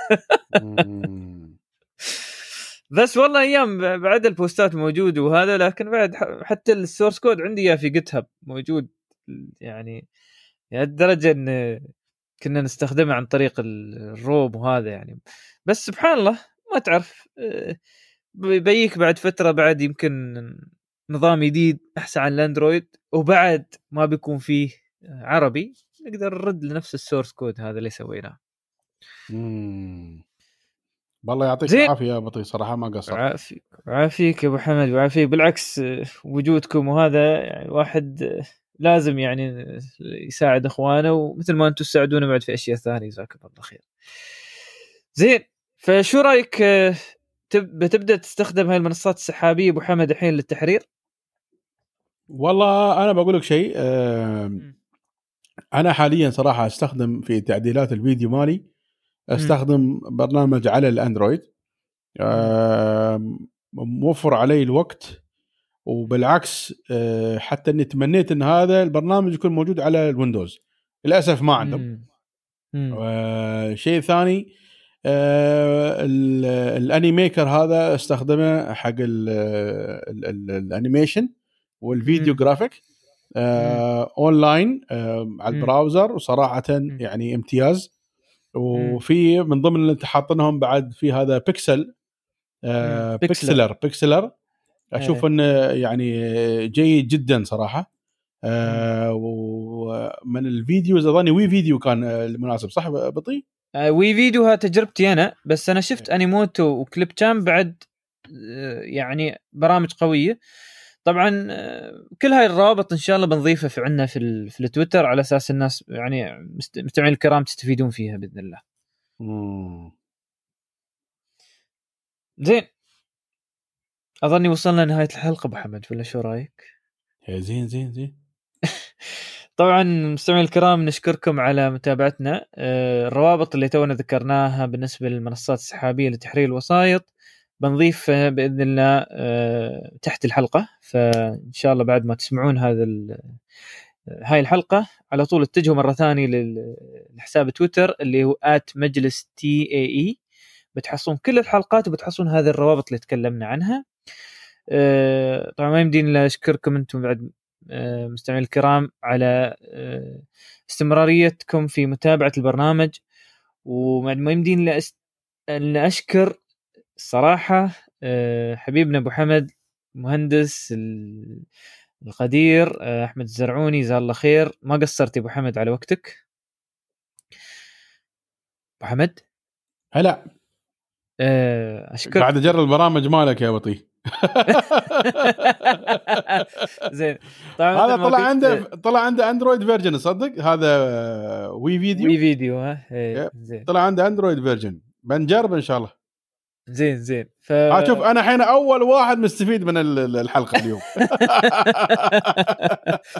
بس والله ايام بعد البوستات موجود وهذا، لكن بعد حتى السورس كود عندي يا في جيت هاب موجود يعني الدرجه ان كنا نستخدمه عن طريق الروم وهذا يعني. بس سبحان الله ما تعرف بيك بعد فتره بعد يمكن نظام جديد احسن عن الاندرويد وبعد ما بيكون فيه عربي نقدر نرد لنفس السورس كود هذا اللي سويناه. امم والله يعطيك العافيه يا بطي صراحه ما قصرت. عافيك عافيك يا ابو حمد وعافيك بالعكس وجودكم وهذا يعني الواحد لازم يعني يساعد اخوانه ومثل ما انتم تساعدونا بعد في اشياء ثانيه. جزاكم الله خير. زين فشو رايك تب... تبدا تستخدم هاي المنصات السحابيه ابو حمد الحين للتحرير؟ والله انا بقول لك شيء. أه انا حاليا صراحه استخدم في تعديلات الفيديو مالي استخدم م. برنامج على الاندرويد. أه موفر علي الوقت، وبالعكس أه حتى اني تمنيت ان هذا البرنامج يكون موجود على الويندوز، للاسف ما عندهم. أه شيء ثاني أه الاني ميكر هذا استخدمه حق الانيميشن والفيديو جرافيك آه اونلاين آه على البراوزر، وصراحه يعني امتياز. وفي من ضمن اللي انت حاطنهم بعد في هذا بيكسل آه بيكسلر بيكسلر اشوف انه يعني جيد جدا صراحه. آه ومن الفيديوز اظني وي فيديو كان المناسب صح بطي؟ آه وي فيديو ها تجربتي انا، بس انا شفت انيموتو وكليب تشام بعد آه يعني برامج قويه. طبعا كل هاي الروابط ان شاء الله بنضيفها في عنا في في التويتر على اساس الناس يعني مستمعين الكرام تستفيدون فيها باذن الله. مم. زين اظني وصلنا لنهايه الحلقه ابو حمد ولا شو رايك؟ زين زين زين. طبعا مستمعين الكرام نشكركم على متابعتنا. الروابط اللي تونا ذكرناها بالنسبه للمنصات السحابيه لتحرير الوسائط بنضيف بإذن الله تحت الحلقة، فإن شاء الله بعد ما تسمعون هذا هاي الحلقة على طول اتجهوا مرة ثانية للحساب تويتر اللي هو آت مجلس تي اي اي، بتحصلون كل الحلقات وبتحصلون هذه الروابط اللي تكلمنا عنها. طبعا ما يمدين إلا أشكركم أنتم بعد مستمعين الكرام على استمراريتكم في متابعة البرنامج، وما يمدين إلا أشكر الصراحة حبيبنا أبو حمد مهندس القدير أحمد الزرعوني، جزاه الله خير. ما قصرت أبو حمد على وقتك. أبو حمد هلا أشكر بعد جر البرامج مالك يا بطي. زين هذا طلع عنده طلع عنده اندرويد فيرجن صدق هذا وي فيديو وي فيديو ها زين طلع عنده اندرويد فيرجن بنجرب ان شاء الله. زين زين ف... شوف انا الحين اول واحد مستفيد من الحلقه اليوم.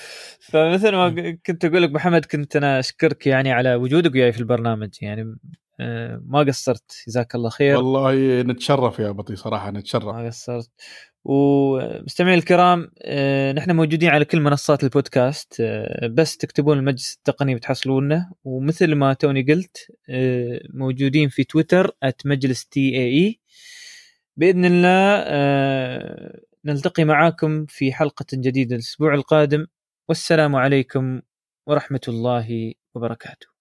فمثل ما كنت اقول لك محمد كنت انا اشكرك يعني على وجودك وياي في البرنامج، يعني ما قصرت، جزاك الله خير. والله نتشرف يا بطي، صراحة نتشرف. ما قصرت. ومستمعين الكرام، نحن موجودين على كل منصات البودكاست، بس تكتبون المجلس التقني بتحصلونا. ومثل ما توني قلت موجودين في تويتر ات مجلس تي اي اي. بإذن الله نلتقي معاكم في حلقة جديدة الأسبوع القادم، والسلام عليكم ورحمة الله وبركاته.